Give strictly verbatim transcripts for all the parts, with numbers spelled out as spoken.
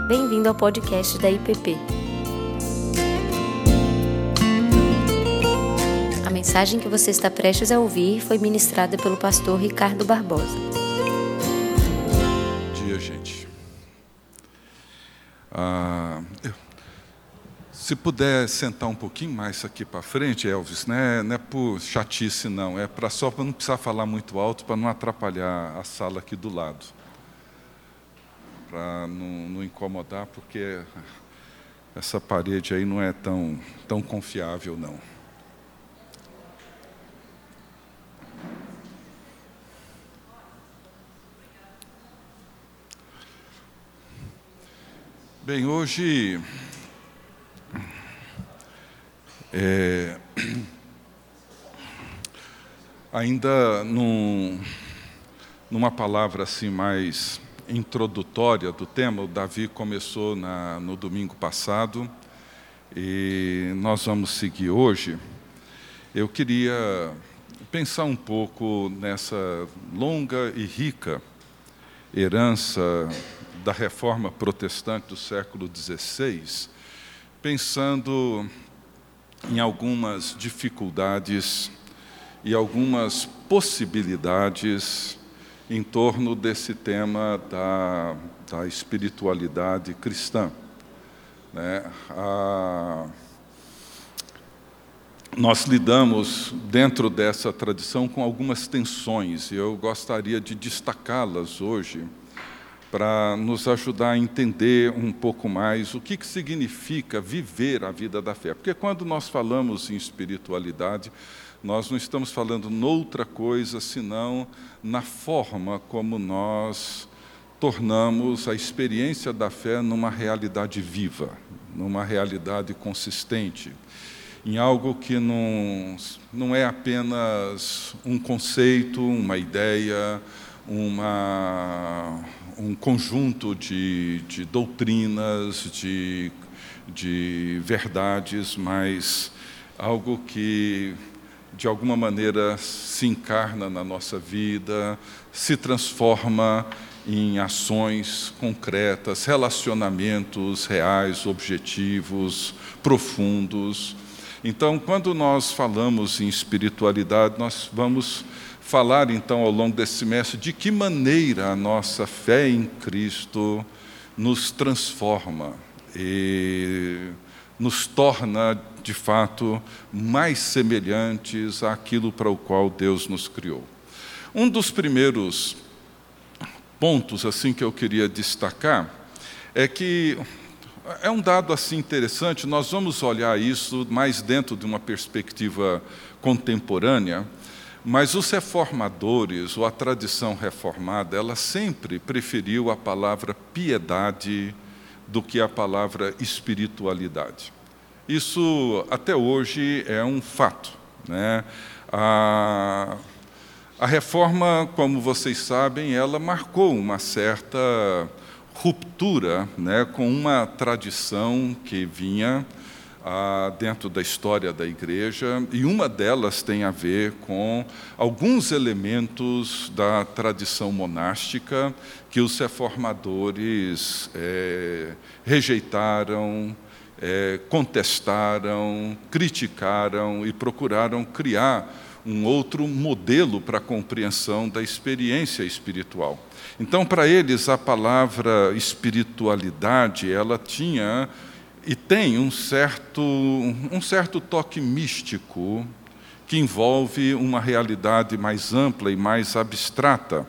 Bem-vindo ao podcast da I P P. A mensagem que você está prestes a ouvir foi ministrada pelo pastor Ricardo Barbosa. Bom dia, gente. Ah, eu, se puder sentar um pouquinho mais aqui para frente, Elvis, né? Não é por chatice, não. É pra, só para não precisar falar muito alto, para não atrapalhar a sala aqui do lado. Para não, não incomodar, porque essa parede aí não é tão, tão confiável, não. Bem, hoje, é, ainda num, numa palavra assim mais introdutória do tema, o Davi começou na, no domingo passado e nós vamos seguir hoje. Eu queria pensar um pouco nessa longa e rica herança da Reforma Protestante do século dezesseis, pensando em algumas dificuldades e algumas possibilidades em torno desse tema da, da espiritualidade cristã. Né? A, nós lidamos, dentro dessa tradição, com algumas tensões, e eu gostaria de destacá-las hoje, para nos ajudar a entender um pouco mais o que, que significa viver a vida da fé. Porque quando nós falamos em espiritualidade, nós não estamos falando noutra coisa, senão na forma como nós tornamos a experiência da fé numa realidade viva, numa realidade consistente, em algo que não, não é apenas um conceito, uma ideia, uma... um conjunto de, de doutrinas, de, de verdades, mas algo que, de alguma maneira, se encarna na nossa vida, se transforma em ações concretas, relacionamentos reais, objetivos, profundos. Então, quando nós falamos em espiritualidade, nós vamos falar, então, ao longo desse semestre, de que maneira a nossa fé em Cristo nos transforma e nos torna, de fato, mais semelhantes àquilo para o qual Deus nos criou. Um dos primeiros pontos assim que eu queria destacar é que é um dado assim interessante, nós vamos olhar isso mais dentro de uma perspectiva contemporânea, mas os reformadores, ou a tradição reformada, ela sempre preferiu a palavra piedade do que a palavra espiritualidade. Isso, até hoje, é um fato, né? A, a reforma, como vocês sabem, ela marcou uma certa ruptura, né, com uma tradição que vinha Ah, dentro da história da igreja, e uma delas tem a ver com alguns elementos da tradição monástica que os reformadores é, rejeitaram, é, contestaram, criticaram e procuraram criar um outro modelo para a compreensão da experiência espiritual. Então, para eles, a palavra espiritualidade, ela tinha e tem um certo, um certo toque místico que envolve uma realidade mais ampla e mais abstrata.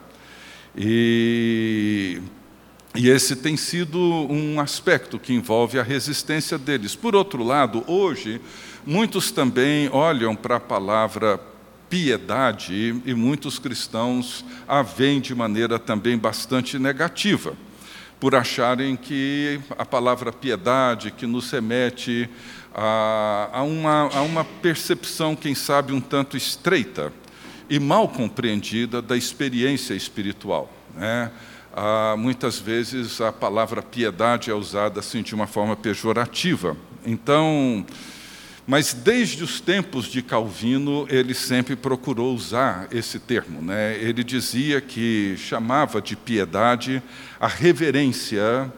E, e esse tem sido um aspecto que envolve a resistência deles. Por outro lado, hoje, muitos também olham para a palavra piedade e muitos cristãos a veem de maneira também bastante negativa, por acharem que a palavra piedade, que nos remete a, a, uma, a uma percepção, quem sabe, um tanto estreita e mal compreendida da experiência espiritual, né? Ah, muitas vezes a palavra piedade é usada assim, de uma forma pejorativa. Então, mas desde os tempos de Calvino, ele sempre procurou usar esse termo, né? Ele dizia que chamava de piedade a reverência,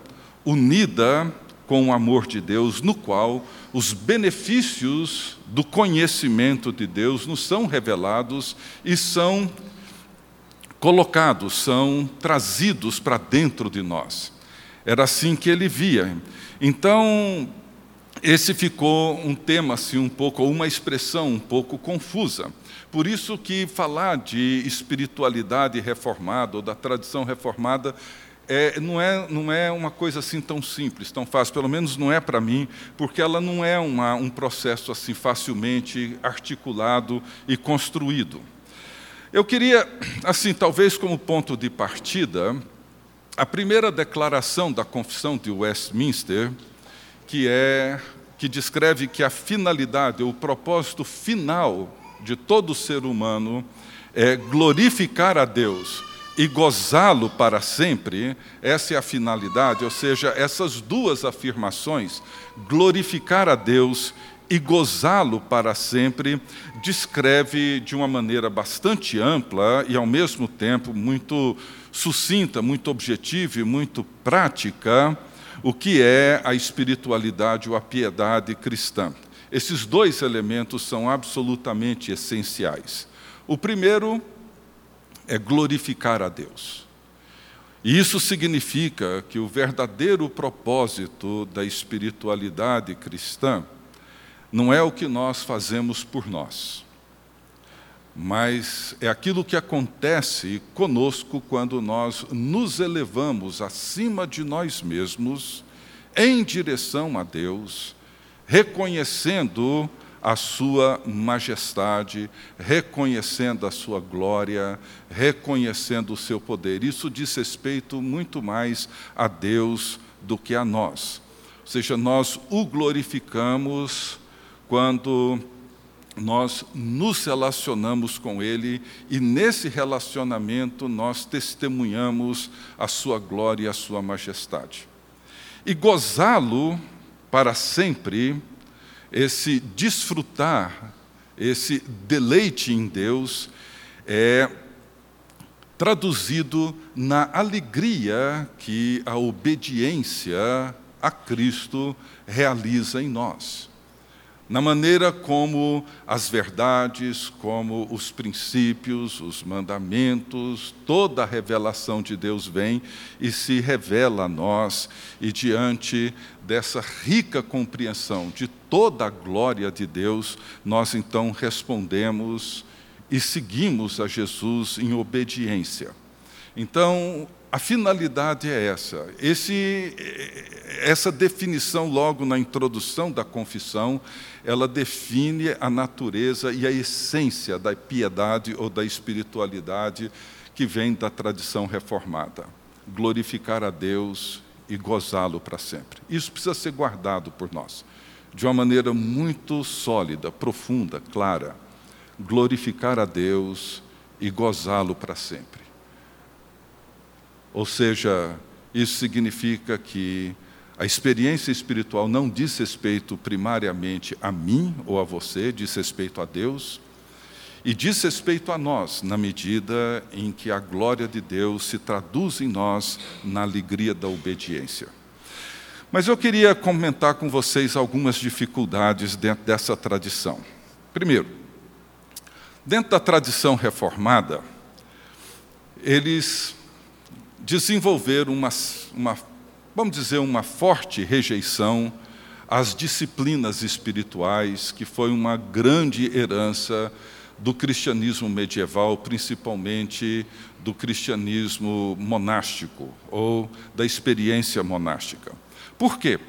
unida com o amor de Deus, no qual os benefícios do conhecimento de Deus nos são revelados e são colocados, são trazidos para dentro de nós. Era assim que ele via. Então, esse ficou um tema assim um pouco, ou uma expressão um pouco confusa. Por isso que falar de espiritualidade reformada ou da tradição reformada é, não, é, não é uma coisa assim tão simples, tão fácil, pelo menos não é para mim, porque ela não é uma, um processo assim facilmente articulado e construído. Eu queria, assim, talvez como ponto de partida, a primeira declaração da Confissão de Westminster, que é que descreve que a finalidade, o propósito final de todo ser humano é glorificar a Deus e gozá-lo para sempre. Essa é a finalidade, ou seja, essas duas afirmações, glorificar a Deus e gozá-lo para sempre, descreve de uma maneira bastante ampla e, ao mesmo tempo, muito sucinta, muito objetiva e muito prática, o que é a espiritualidade ou a piedade cristã. Esses dois elementos são absolutamente essenciais. O primeiro é glorificar a Deus. E isso significa que o verdadeiro propósito da espiritualidade cristã não é o que nós fazemos por nós, mas é aquilo que acontece conosco quando nós nos elevamos acima de nós mesmos, em direção a Deus, reconhecendo a sua majestade, reconhecendo a sua glória, reconhecendo o seu poder. Isso diz respeito muito mais a Deus do que a nós. Ou seja, nós o glorificamos quando nós nos relacionamos com Ele e, nesse relacionamento, nós testemunhamos a sua glória e a sua majestade. E gozá-lo para sempre, esse desfrutar, esse deleite em Deus, é traduzido na alegria que a obediência a Cristo realiza em nós. Na maneira como as verdades, como os princípios, os mandamentos, toda a revelação de Deus vem e se revela a nós, e diante dessa rica compreensão de toda a glória de Deus, nós então respondemos e seguimos a Jesus em obediência. Então, a finalidade é essa. Esse, essa definição, logo na introdução da confissão, ela define a natureza e a essência da piedade ou da espiritualidade que vem da tradição reformada. Glorificar a Deus e gozá-lo para sempre. Isso precisa ser guardado por nós, de uma maneira muito sólida, profunda, clara. Glorificar a Deus e gozá-lo para sempre. Ou seja, isso significa que a experiência espiritual não diz respeito primariamente a mim ou a você, diz respeito a Deus, e diz respeito a nós, na medida em que a glória de Deus se traduz em nós na alegria da obediência. Mas eu queria comentar com vocês algumas dificuldades dentro dessa tradição. Primeiro, dentro da tradição reformada, eles desenvolveram uma, uma, vamos dizer, uma forte rejeição às disciplinas espirituais, que foi uma grande herança do cristianismo medieval, principalmente do cristianismo monástico, ou da experiência monástica. Por quê?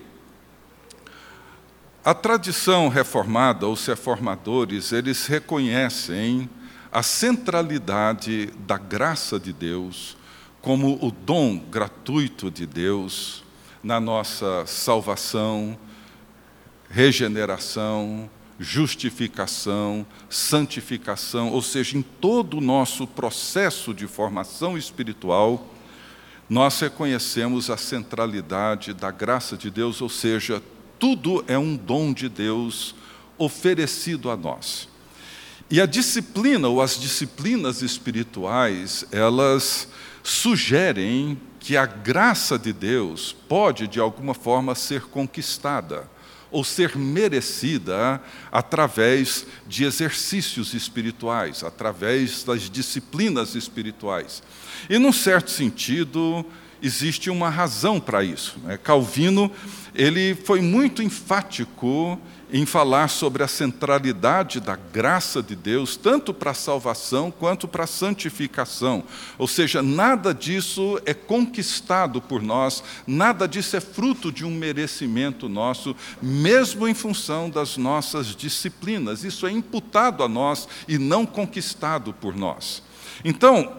A tradição reformada, os reformadores, eles reconhecem a centralidade da graça de Deus como o dom gratuito de Deus na nossa salvação, regeneração, justificação, santificação, ou seja, em todo o nosso processo de formação espiritual, nós reconhecemos a centralidade da graça de Deus, ou seja, tudo é um dom de Deus oferecido a nós. E a disciplina, ou as disciplinas espirituais, elas sugerem que a graça de Deus pode, de alguma forma, ser conquistada ou ser merecida através de exercícios espirituais, através das disciplinas espirituais. E, num certo sentido, existe uma razão para isso, né? Calvino, ele foi muito enfático em falar sobre a centralidade da graça de Deus, tanto para a salvação quanto para a santificação. Ou seja, nada disso é conquistado por nós, nada disso é fruto de um merecimento nosso, mesmo em função das nossas disciplinas. Isso é imputado a nós e não conquistado por nós. Então,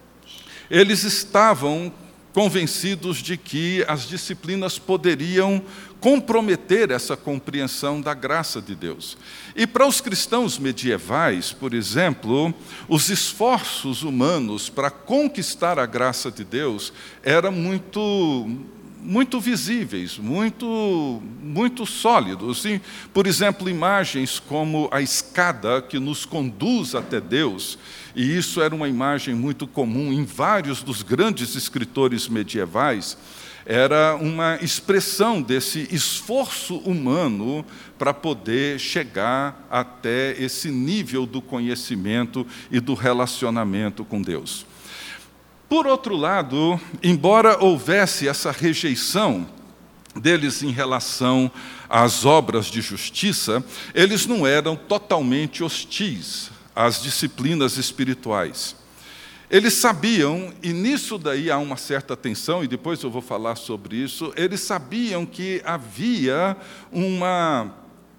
eles estavam convencidos de que as disciplinas poderiam comprometer essa compreensão da graça de Deus. E para os cristãos medievais, por exemplo, os esforços humanos para conquistar a graça de Deus eram muito, muito visíveis, muito, muito sólidos. E, por exemplo, imagens como a escada que nos conduz até Deus, e isso era uma imagem muito comum em vários dos grandes escritores medievais, era uma expressão desse esforço humano para poder chegar até esse nível do conhecimento e do relacionamento com Deus. Por outro lado, embora houvesse essa rejeição deles em relação às obras de justiça, eles não eram totalmente hostis às disciplinas espirituais. Eles sabiam, e nisso daí há uma certa tensão, e depois eu vou falar sobre isso, eles sabiam que havia uma,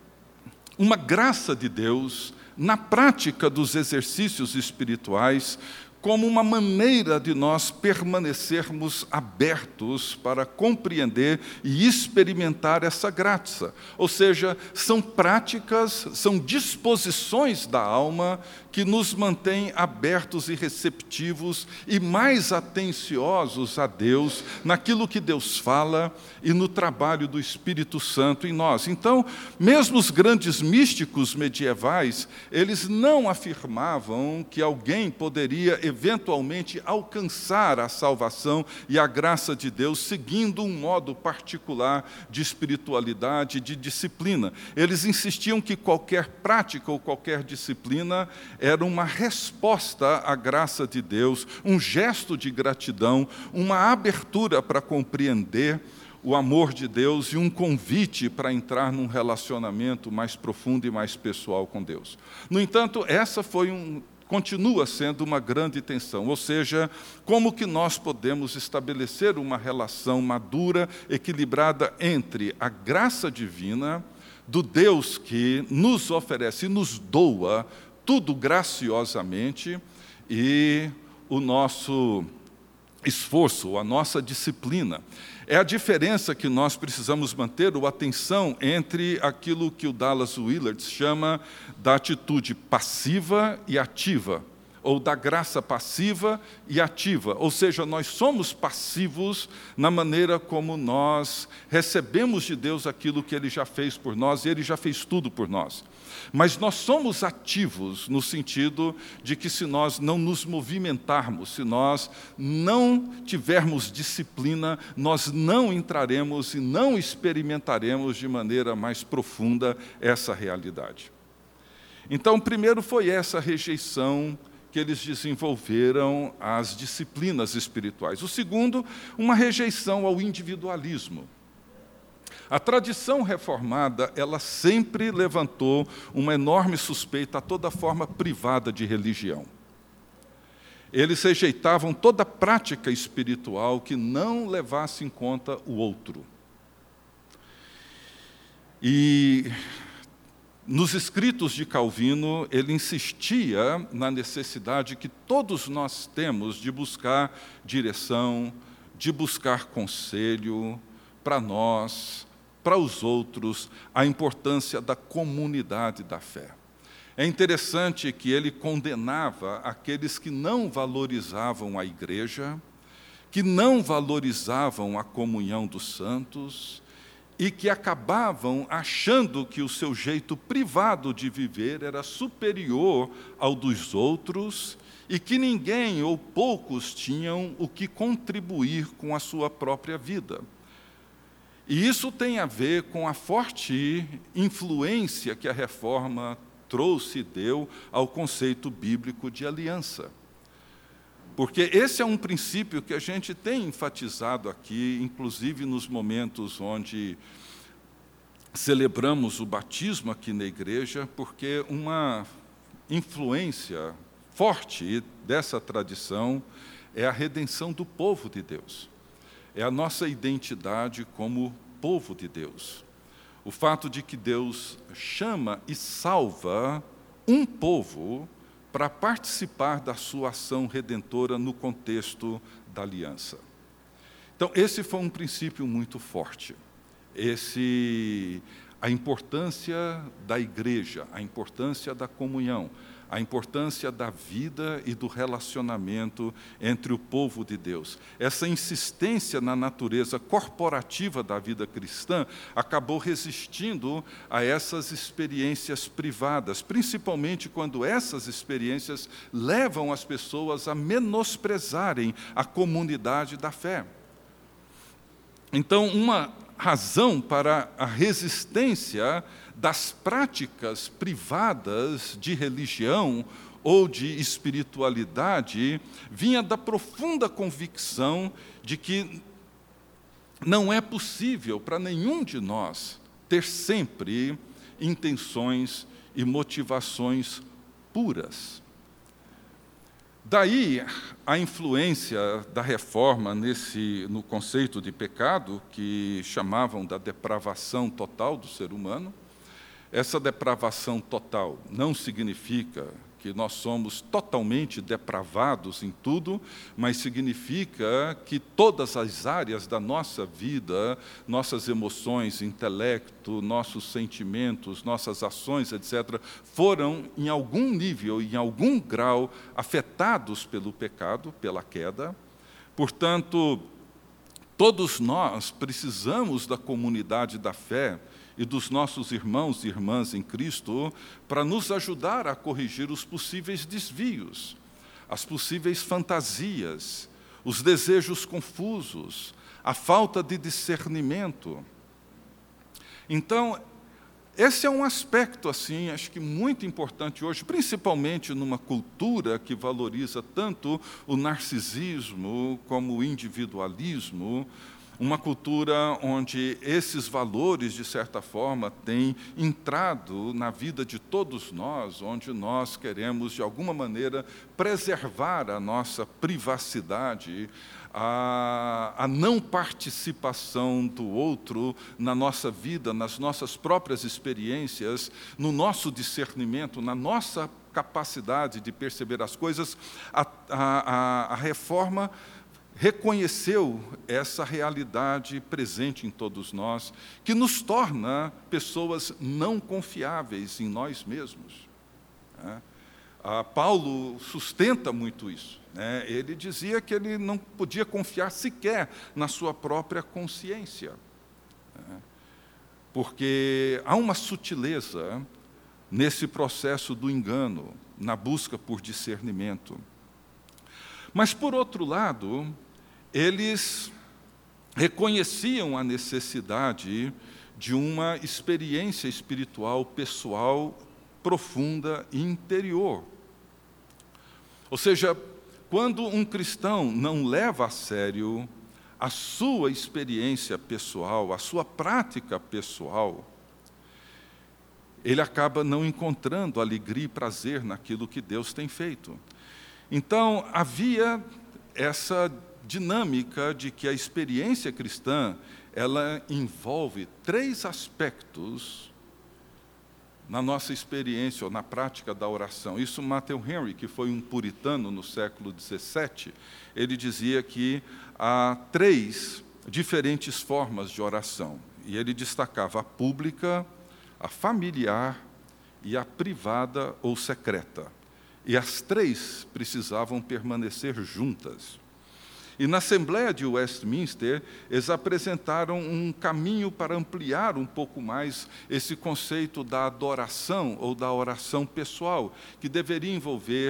uma graça de Deus na prática dos exercícios espirituais, como uma maneira de nós permanecermos abertos para compreender e experimentar essa graça. Ou seja, são práticas, são disposições da alma que nos mantêm abertos e receptivos e mais atenciosos a Deus, naquilo que Deus fala e no trabalho do Espírito Santo em nós. Então, mesmo os grandes místicos medievais, eles não afirmavam que alguém poderia eventualmente alcançar a salvação e a graça de Deus seguindo um modo particular de espiritualidade, de disciplina. Eles insistiam que qualquer prática ou qualquer disciplina era uma resposta à graça de Deus, um gesto de gratidão, uma abertura para compreender o amor de Deus e um convite para entrar num relacionamento mais profundo e mais pessoal com Deus. No entanto, essa foi um continua sendo uma grande tensão, ou seja, como que nós podemos estabelecer uma relação madura, equilibrada entre a graça divina do Deus que nos oferece e nos doa tudo graciosamente e o nosso esforço, a nossa disciplina. É a diferença que nós precisamos manter, ou a tensão entre aquilo que o Dallas Willard chama da atitude passiva e ativa, ou da graça passiva e ativa. Ou seja, nós somos passivos na maneira como nós recebemos de Deus aquilo que Ele já fez por nós, e Ele já fez tudo por nós. Mas nós somos ativos no sentido de que se nós não nos movimentarmos, se nós não tivermos disciplina, nós não entraremos e não experimentaremos de maneira mais profunda essa realidade. Então, primeiro foi essa rejeição que eles desenvolveram às disciplinas espirituais. O segundo, uma rejeição ao individualismo. A tradição reformada, ela sempre levantou uma enorme suspeita a toda forma privada de religião. Eles rejeitavam toda prática espiritual que não levasse em conta o outro. E nos escritos de Calvino, ele insistia na necessidade que todos nós temos de buscar direção, de buscar conselho para nós, para os outros, a importância da comunidade da fé. É interessante que ele condenava aqueles que não valorizavam a igreja, que não valorizavam a comunhão dos santos e que acabavam achando que o seu jeito privado de viver era superior ao dos outros e que ninguém ou poucos tinham o que contribuir com a sua própria vida. E isso tem a ver com a forte influência que a Reforma trouxe e deu ao conceito bíblico de aliança. Porque esse é um princípio que a gente tem enfatizado aqui, inclusive nos momentos onde celebramos o batismo aqui na igreja, porque uma influência forte dessa tradição é a redenção do povo de Deus. É a nossa identidade como povo de Deus. O fato de que Deus chama e salva um povo para participar da sua ação redentora no contexto da aliança. Então, esse foi um princípio muito forte. Esse, a importância da igreja, a importância da comunhão, a importância da vida e do relacionamento entre o povo de Deus. Essa insistência na natureza corporativa da vida cristã acabou resistindo a essas experiências privadas, principalmente quando essas experiências levam as pessoas a menosprezarem a comunidade da fé. Então, uma razão para a resistência das práticas privadas de religião ou de espiritualidade vinha da profunda convicção de que não é possível para nenhum de nós ter sempre intenções e motivações puras. Daí a influência da Reforma nesse, no conceito de pecado, que chamavam da depravação total do ser humano. Essa depravação total não significa que nós somos totalmente depravados em tudo, mas significa que todas as áreas da nossa vida, nossas emoções, intelecto, nossos sentimentos, nossas ações, etcétera, foram, em algum nível, em algum grau, afetados pelo pecado, pela queda. Portanto, todos nós precisamos da comunidade da fé e dos nossos irmãos e irmãs em Cristo para nos ajudar a corrigir os possíveis desvios, as possíveis fantasias, os desejos confusos, a falta de discernimento. Então, esse é um aspecto, assim, acho que muito importante hoje, principalmente numa cultura que valoriza tanto o narcisismo como o individualismo, uma cultura onde esses valores, de certa forma, têm entrado na vida de todos nós, onde nós queremos, de alguma maneira, preservar a nossa privacidade, a, a não participação do outro na nossa vida, nas nossas próprias experiências, no nosso discernimento, na nossa capacidade de perceber as coisas. A, a, a, a reforma reconheceu essa realidade presente em todos nós, que nos torna pessoas não confiáveis em nós mesmos. Paulo sustenta muito isso. Ele dizia que ele não podia confiar sequer na sua própria consciência, porque há uma sutileza nesse processo do engano, na busca por discernimento. Mas, por outro lado, eles reconheciam a necessidade de uma experiência espiritual, pessoal, profunda e interior. Ou seja, quando um cristão não leva a sério a sua experiência pessoal, a sua prática pessoal, ele acaba não encontrando alegria e prazer naquilo que Deus tem feito. Então, havia essa dinâmica de que a experiência cristã, ela envolve três aspectos na nossa experiência ou na prática da oração. Isso Matthew Henry, que foi um puritano no século dezessete, ele dizia que há três diferentes formas de oração. E ele destacava a pública, a familiar e a privada ou secreta. E as três precisavam permanecer juntas. E na Assembleia de Westminster, eles apresentaram um caminho para ampliar um pouco mais esse conceito da adoração ou da oração pessoal, que deveria envolver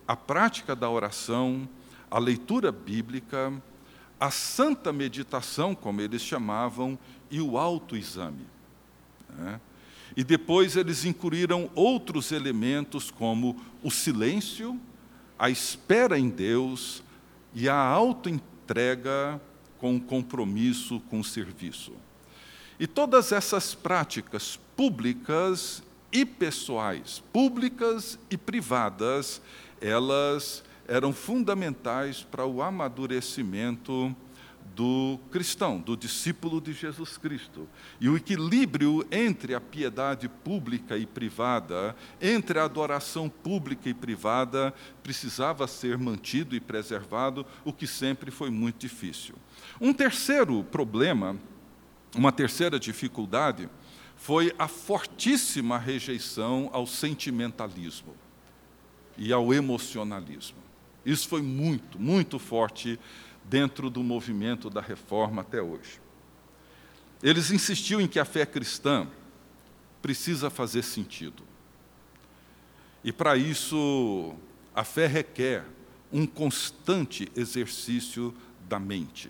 a prática da oração, a leitura bíblica, a santa meditação, como eles chamavam, e o autoexame, né? E depois eles incluíram outros elementos como o silêncio, a espera em Deus e a autoentrega com compromisso com o serviço. E todas essas práticas públicas e pessoais, públicas e privadas, elas eram fundamentais para o amadurecimento do cristão, do discípulo de Jesus Cristo. E o equilíbrio entre a piedade pública e privada, entre a adoração pública e privada, precisava ser mantido e preservado, o que sempre foi muito difícil. Um terceiro problema, uma terceira dificuldade, foi a fortíssima rejeição ao sentimentalismo e ao emocionalismo. Isso foi muito, muito forte dentro do movimento da Reforma até hoje. Eles insistiam em que a fé cristã precisa fazer sentido. E, para isso, a fé requer um constante exercício da mente.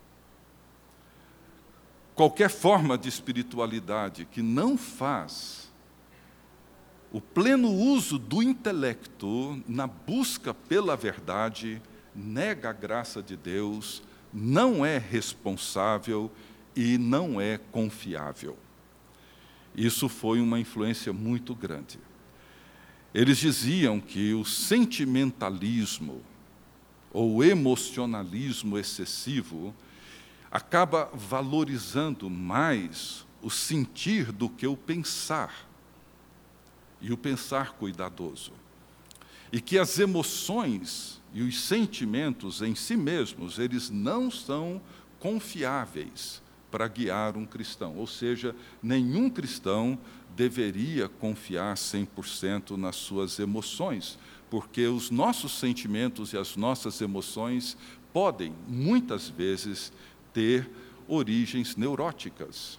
Qualquer forma de espiritualidade que não faz o pleno uso do intelecto na busca pela verdade, nega a graça de Deus, não é responsável e não é confiável. Isso foi uma influência muito grande. Eles diziam que o sentimentalismo ou emocionalismo excessivo acaba valorizando mais o sentir do que o pensar, e o pensar cuidadoso. E que as emoções e os sentimentos em si mesmos, eles não são confiáveis para guiar um cristão. Ou seja, nenhum cristão deveria confiar cem por cento nas suas emoções, porque os nossos sentimentos e as nossas emoções podem, muitas vezes, ter origens neuróticas.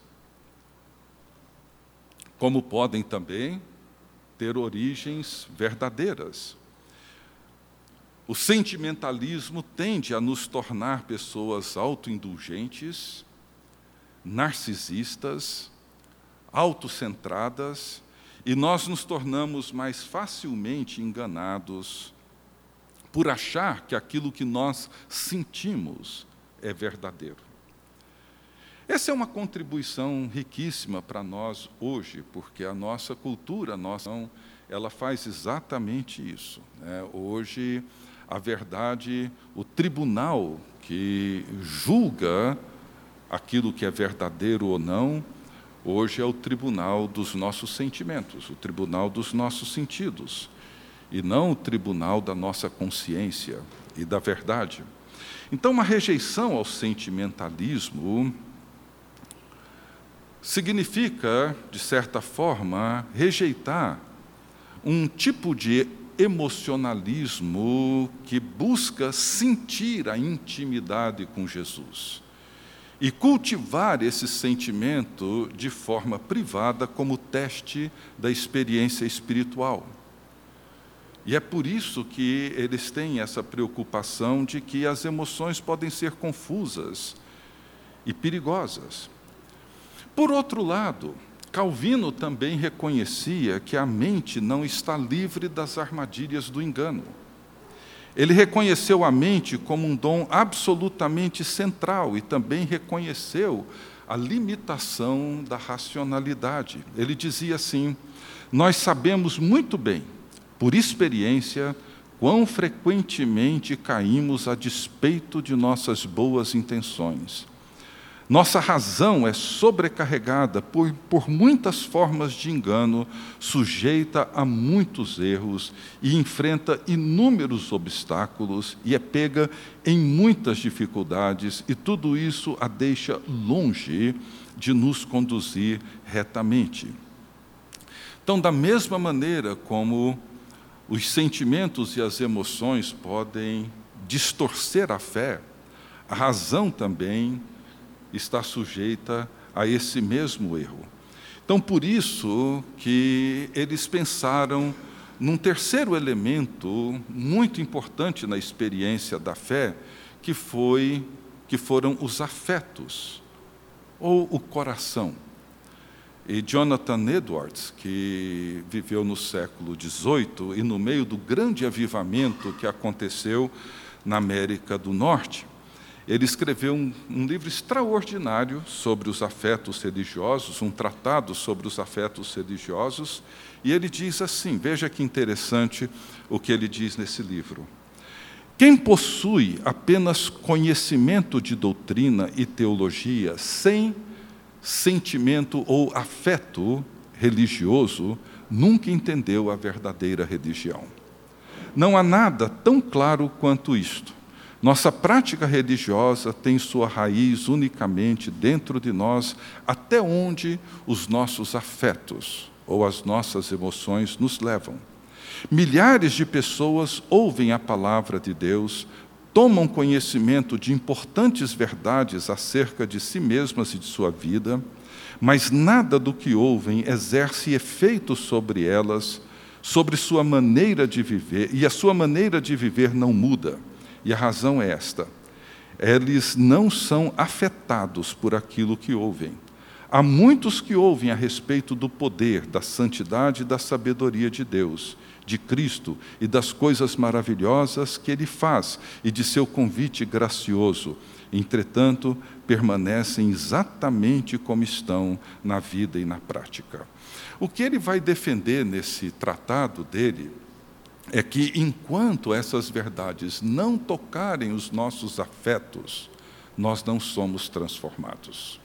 Como podem também ter origens verdadeiras. O sentimentalismo tende a nos tornar pessoas autoindulgentes, narcisistas, autocentradas, e nós nos tornamos mais facilmente enganados por achar que aquilo que nós sentimos é verdadeiro. Essa é uma contribuição riquíssima para nós hoje, porque a nossa cultura, a nossa, ela faz exatamente isso, né? Hoje, a verdade, o tribunal que julga aquilo que é verdadeiro ou não, hoje é o tribunal dos nossos sentimentos, o tribunal dos nossos sentidos, e não o tribunal da nossa consciência e da verdade. Então, uma rejeição ao sentimentalismo significa, de certa forma, rejeitar um tipo de emocionalismo que busca sentir a intimidade com Jesus e cultivar esse sentimento de forma privada como teste da experiência espiritual. E é por isso que eles têm essa preocupação de que as emoções podem ser confusas e perigosas. Por outro lado, Calvino também reconhecia que a mente não está livre das armadilhas do engano. Ele reconheceu a mente como um dom absolutamente central e também reconheceu a limitação da racionalidade. Ele dizia assim: nós sabemos muito bem, por experiência, quão frequentemente caímos a despeito de nossas boas intenções. Nossa razão é sobrecarregada por, por muitas formas de engano, sujeita a muitos erros e enfrenta inúmeros obstáculos e é pega em muitas dificuldades, e tudo isso a deixa longe de nos conduzir retamente. Então, da mesma maneira como os sentimentos e as emoções podem distorcer a fé, a razão também está sujeita a esse mesmo erro. Então, por isso que eles pensaram num terceiro elemento muito importante na experiência da fé, que foi que foram os afetos, ou o coração. E Jonathan Edwards, que viveu no século dezoito, e no meio do grande avivamento que aconteceu na América do Norte, ele escreveu um, um livro extraordinário sobre os afetos religiosos, um tratado sobre os afetos religiosos, e ele diz assim, veja que interessante o que ele diz nesse livro. Quem possui apenas conhecimento de doutrina e teologia, sem sentimento ou afeto religioso, nunca entendeu a verdadeira religião. Não há nada tão claro quanto isto. Nossa prática religiosa tem sua raiz unicamente dentro de nós, até onde os nossos afetos ou as nossas emoções nos levam. Milhares de pessoas ouvem a palavra de Deus, tomam conhecimento de importantes verdades acerca de si mesmas e de sua vida, mas nada do que ouvem exerce efeito sobre elas, sobre sua maneira de viver, e a sua maneira de viver não muda. E a razão é esta: eles não são afetados por aquilo que ouvem. Há muitos que ouvem a respeito do poder, da santidade e da sabedoria de Deus, de Cristo e das coisas maravilhosas que Ele faz e de seu convite gracioso. Entretanto, permanecem exatamente como estão na vida e na prática. O que ele vai defender nesse tratado dele é que, enquanto essas verdades não tocarem os nossos afetos, nós não somos transformados.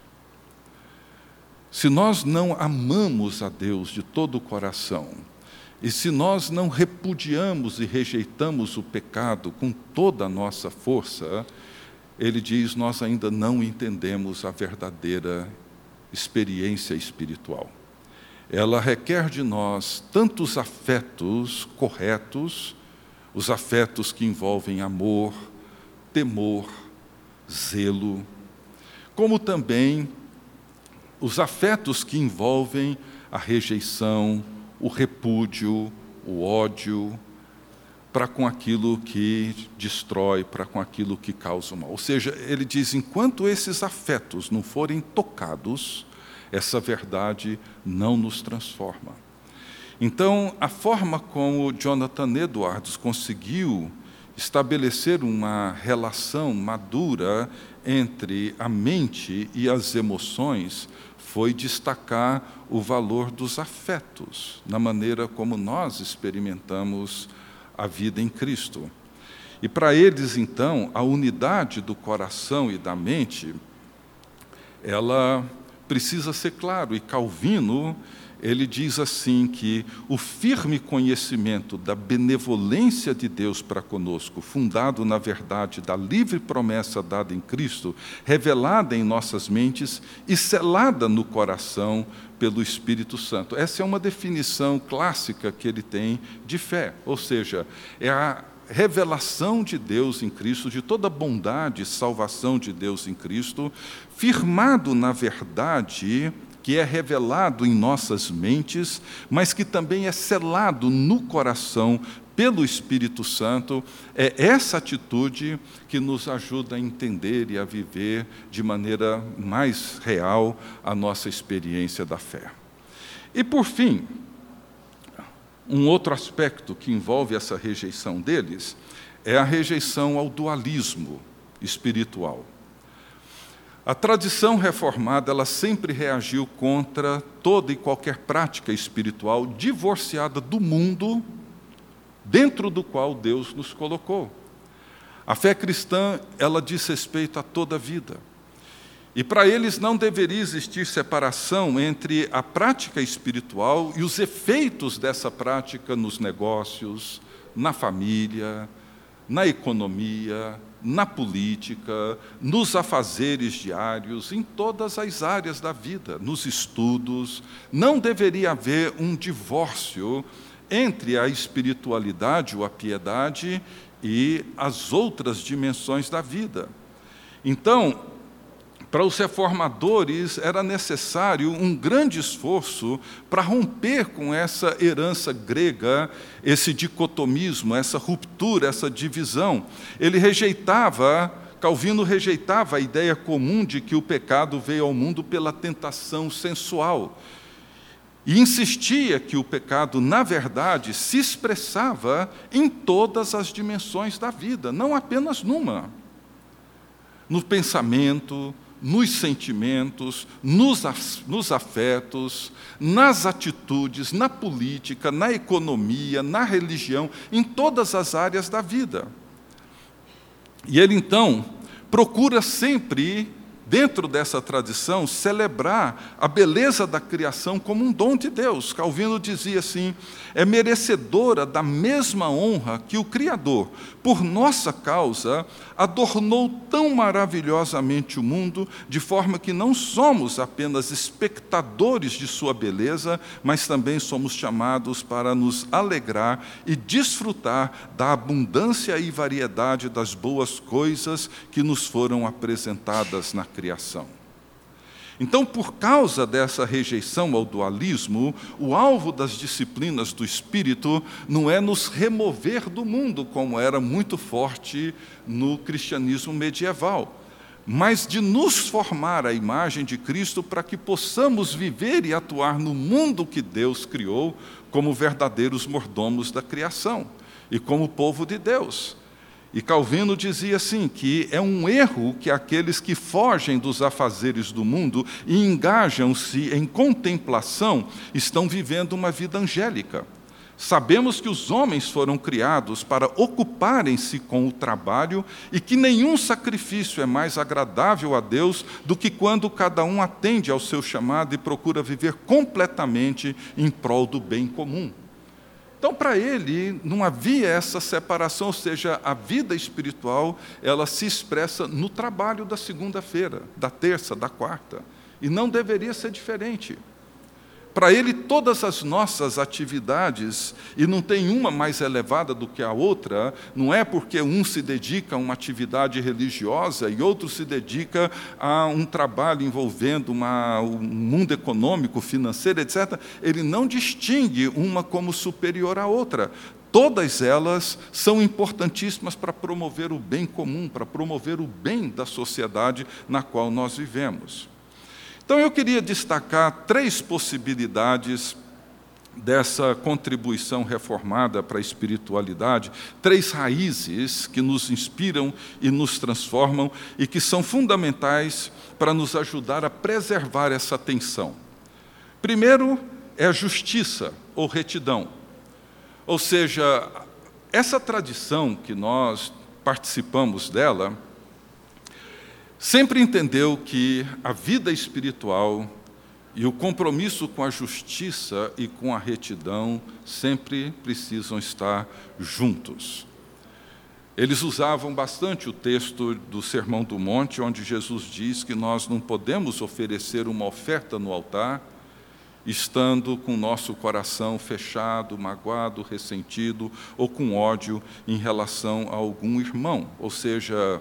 Se nós não amamos a Deus de todo o coração, e se nós não repudiamos e rejeitamos o pecado com toda a nossa força, ele diz, nós ainda não entendemos a verdadeira experiência espiritual. Ela requer de nós tantos afetos corretos, os afetos que envolvem amor, temor, zelo, como também os afetos que envolvem a rejeição, o repúdio, o ódio, para com aquilo que destrói, para com aquilo que causa o mal. Ou seja, ele diz, enquanto esses afetos não forem tocados, essa verdade não nos transforma. Então, a forma como Jonathan Edwards conseguiu estabelecer uma relação madura entre a mente e as emoções foi destacar o valor dos afetos, na maneira como nós experimentamos a vida em Cristo. E para eles, então, a unidade do coração e da mente, ela precisa ser claro. E Calvino, ele diz assim que o firme conhecimento da benevolência de Deus para conosco, fundado na verdade da livre promessa dada em Cristo, revelada em nossas mentes e selada no coração pelo Espírito Santo. Essa é uma definição clássica que ele tem de fé, ou seja, é a revelação de Deus em Cristo, de toda a bondade e salvação de Deus em Cristo, firmado na verdade que é revelado em nossas mentes, mas que também é selado no coração pelo Espírito Santo. É essa atitude que nos ajuda a entender e a viver de maneira mais real a nossa experiência da fé. E, por fim, um outro aspecto que envolve essa rejeição deles é a rejeição ao dualismo espiritual. A tradição reformada, ela sempre reagiu contra toda e qualquer prática espiritual divorciada do mundo dentro do qual Deus nos colocou. A fé cristã, ela diz respeito a toda a vida. E para eles não deveria existir separação entre a prática espiritual e os efeitos dessa prática nos negócios, na família, na economia, na política, nos afazeres diários, em todas as áreas da vida, nos estudos. Não deveria haver um divórcio entre a espiritualidade ou a piedade e as outras dimensões da vida. Então, Para os reformadores era necessário um grande esforço para romper com essa herança grega, esse dicotomismo, essa ruptura, essa divisão. Ele rejeitava, Calvino rejeitava a ideia comum de que o pecado veio ao mundo pela tentação sensual. E insistia que o pecado, na verdade, se expressava em todas as dimensões da vida, não apenas numa. No pensamento, nos sentimentos, nos, nos afetos, nas atitudes, na política, na economia, na religião, em todas as áreas da vida. E ele, então, procura sempre, dentro dessa tradição, celebrar a beleza da criação como um dom de Deus. Calvino dizia assim: é merecedora da mesma honra que o Criador, por nossa causa, adornou tão maravilhosamente o mundo, de forma que não somos apenas espectadores de sua beleza, mas também somos chamados para nos alegrar e desfrutar da abundância e variedade das boas coisas que nos foram apresentadas na criação. Então, por causa dessa rejeição ao dualismo, o alvo das disciplinas do Espírito não é nos remover do mundo, como era muito forte no cristianismo medieval, mas de nos formar à imagem de Cristo para que possamos viver e atuar no mundo que Deus criou como verdadeiros mordomos da criação e como povo de Deus. E Calvino dizia assim, que é um erro que aqueles que fogem dos afazeres do mundo e engajam-se em contemplação estão vivendo uma vida angélica. Sabemos que os homens foram criados para ocuparem-se com o trabalho e que nenhum sacrifício é mais agradável a Deus do que quando cada um atende ao seu chamado e procura viver completamente em prol do bem comum. Então, para ele, não havia essa separação, ou seja, a vida espiritual, ela se expressa no trabalho da segunda-feira, da terça, da quarta, e não deveria ser diferente. Para ele, todas as nossas atividades, e não tem uma mais elevada do que a outra, não é porque um se dedica a uma atividade religiosa e outro se dedica a um trabalho envolvendo uma, um mundo econômico, financeiro, etcétera. Ele não distingue uma como superior à outra. Todas elas são importantíssimas para promover o bem comum, para promover o bem da sociedade na qual nós vivemos. Então, eu queria destacar três possibilidades dessa contribuição reformada para a espiritualidade, três raízes que nos inspiram e nos transformam e que são fundamentais para nos ajudar a preservar essa tensão. Primeiro é a justiça ou retidão, ou seja, essa tradição que nós participamos dela, sempre entendeu que a vida espiritual e o compromisso com a justiça e com a retidão sempre precisam estar juntos. Eles usavam bastante o texto do Sermão do Monte, onde Jesus diz que nós não podemos oferecer uma oferta no altar, estando com o nosso coração fechado, magoado, ressentido ou com ódio em relação a algum irmão, ou seja,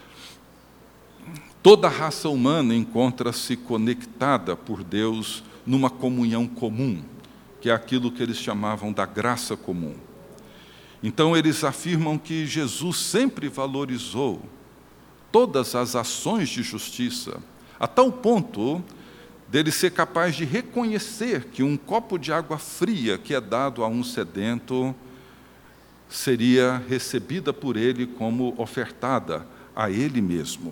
toda a raça humana encontra-se conectada por Deus numa comunhão comum, que é aquilo que eles chamavam da graça comum. Então, eles afirmam que Jesus sempre valorizou todas as ações de justiça, a tal ponto dele ser capaz de reconhecer que um copo de água fria que é dado a um sedento seria recebida por ele como ofertada a ele mesmo.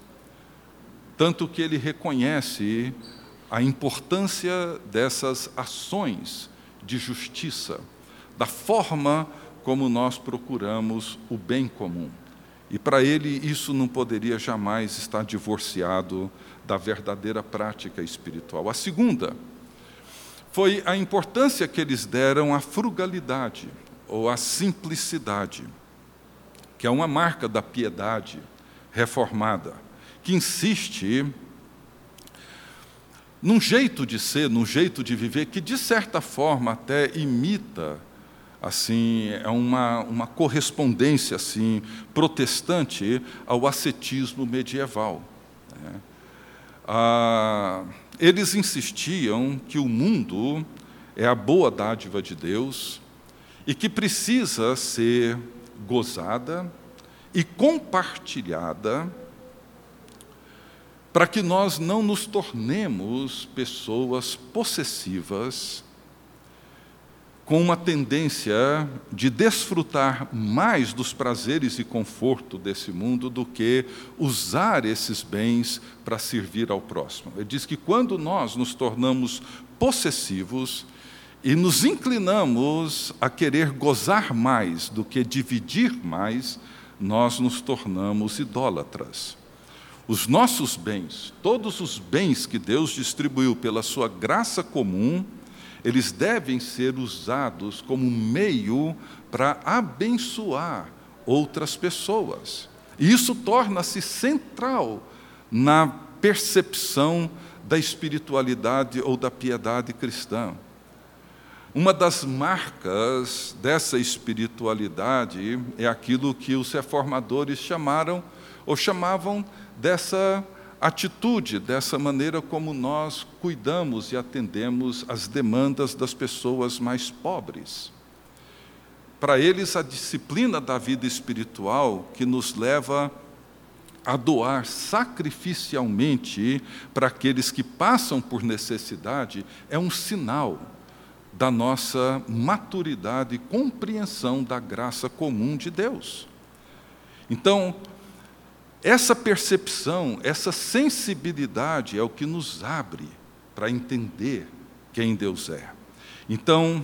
Tanto que ele reconhece a importância dessas ações de justiça, da forma como nós procuramos o bem comum. E para ele isso não poderia jamais estar divorciado da verdadeira prática espiritual. A segunda foi a importância que eles deram à frugalidade, ou à simplicidade, que é uma marca da piedade reformada, que insiste num jeito de ser, num jeito de viver, que de certa forma até imita, assim, é uma, uma correspondência assim, protestante ao ascetismo medieval, né? ah, eles insistiam que o mundo é a boa dádiva de Deus e que precisa ser gozada e compartilhada para que nós não nos tornemos pessoas possessivas, com uma tendência de desfrutar mais dos prazeres e conforto desse mundo do que usar esses bens para servir ao próximo. Ele diz que quando nós nos tornamos possessivos e nos inclinamos a querer gozar mais do que dividir mais, nós nos tornamos idólatras. Os nossos bens, todos os bens que Deus distribuiu pela sua graça comum, eles devem ser usados como meio para abençoar outras pessoas. E isso torna-se central na percepção da espiritualidade ou da piedade cristã. Uma das marcas dessa espiritualidade é aquilo que os reformadores chamaram, ou chamavam dessa atitude, dessa maneira como nós cuidamos e atendemos às demandas das pessoas mais pobres. Para eles, a disciplina da vida espiritual que nos leva a doar sacrificialmente para aqueles que passam por necessidade é um sinal da nossa maturidade e compreensão da graça comum de Deus. Então, essa percepção, essa sensibilidade é o que nos abre para entender quem Deus é. Então,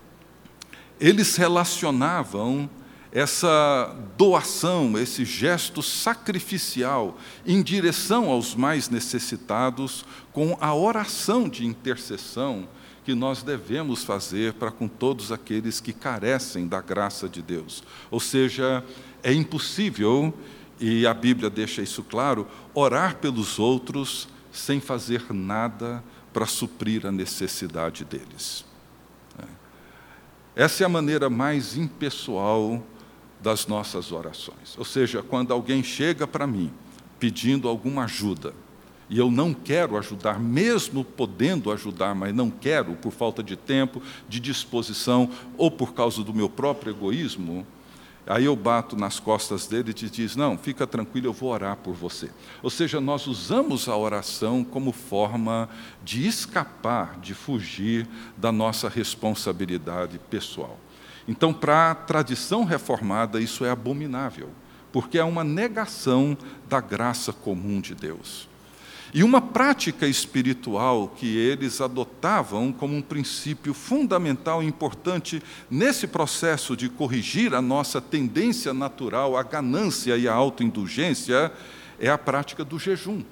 eles relacionavam essa doação, esse gesto sacrificial em direção aos mais necessitados com a oração de intercessão que nós devemos fazer para com todos aqueles que carecem da graça de Deus. Ou seja, é impossível, e a Bíblia deixa isso claro, orar pelos outros sem fazer nada para suprir a necessidade deles. Essa é a maneira mais impessoal das nossas orações. Ou seja, quando alguém chega para mim pedindo alguma ajuda, e eu não quero ajudar, mesmo podendo ajudar, mas não quero por falta de tempo, de disposição, ou por causa do meu próprio egoísmo, aí eu bato nas costas dele e diz, não, fica tranquilo, eu vou orar por você. Ou seja, nós usamos a oração como forma de escapar, de fugir da nossa responsabilidade pessoal. Então, para a tradição reformada, isso é abominável, porque é uma negação da graça comum de Deus. E uma prática espiritual que eles adotavam como um princípio fundamental e importante nesse processo de corrigir a nossa tendência natural à ganância e à autoindulgência é a prática do jejum.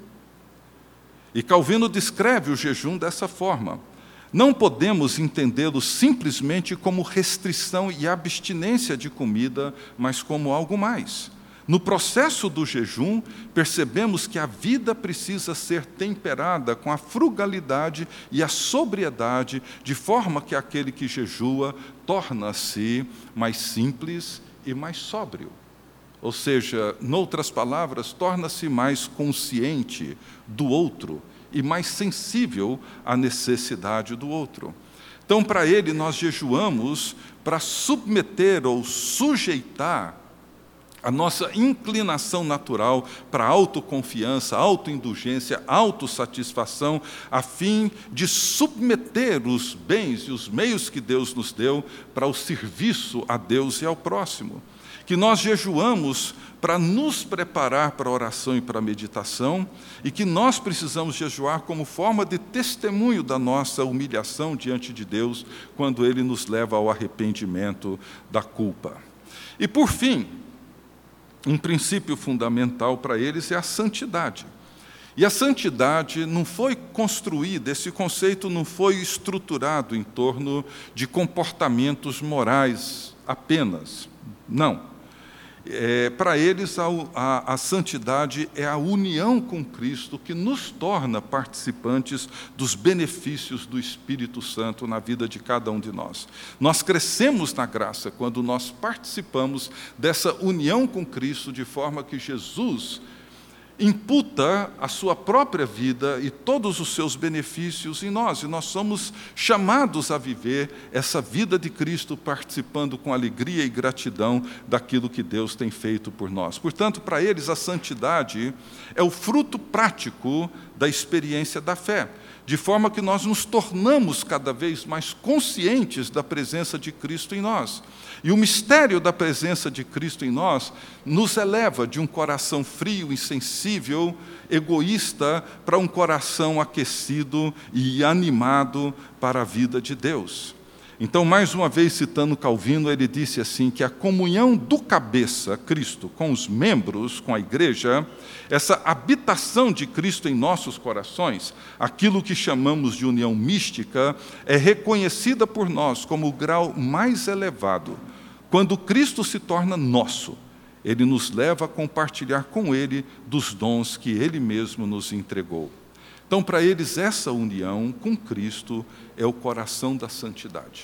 E Calvino descreve o jejum dessa forma. Não podemos entendê-lo simplesmente como restrição e abstinência de comida, mas como algo mais. No processo do jejum, percebemos que a vida precisa ser temperada com a frugalidade e a sobriedade, de forma que aquele que jejua torna-se mais simples e mais sóbrio. Ou seja, noutras palavras, torna-se mais consciente do outro e mais sensível à necessidade do outro. Então, para ele, nós jejuamos para submeter ou sujeitar a nossa inclinação natural para a autoconfiança, autoindulgência, autossatisfação, a fim de submeter os bens e os meios que Deus nos deu para o serviço a Deus e ao próximo. Que nós jejuamos para nos preparar para a oração e para a meditação, e que nós precisamos jejuar como forma de testemunho da nossa humilhação diante de Deus, quando Ele nos leva ao arrependimento da culpa. E, por fim, um princípio fundamental para eles é a santidade. E a santidade não foi construída, esse conceito não foi estruturado em torno de comportamentos morais apenas. Não. É, para eles, a, a, a santidade é a união com Cristo que nos torna participantes dos benefícios do Espírito Santo na vida de cada um de nós. Nós crescemos na graça quando nós participamos dessa união com Cristo, de forma que Jesus imputa a sua própria vida e todos os seus benefícios em nós. E nós somos chamados a viver essa vida de Cristo, participando com alegria e gratidão daquilo que Deus tem feito por nós. Portanto, para eles, a santidade é o fruto prático da experiência da fé, de forma que nós nos tornamos cada vez mais conscientes da presença de Cristo em nós. E o mistério da presença de Cristo em nós nos eleva de um coração frio, insensível, egoísta, para um coração aquecido e animado para a vida de Deus. Então, mais uma vez, citando Calvino, ele disse assim, que a comunhão do cabeça, Cristo, com os membros, com a igreja, essa habitação de Cristo em nossos corações, aquilo que chamamos de união mística, é reconhecida por nós como o grau mais elevado. Quando Cristo se torna nosso, Ele nos leva a compartilhar com Ele dos dons que Ele mesmo nos entregou. Então, para eles, essa união com Cristo é o coração da santidade.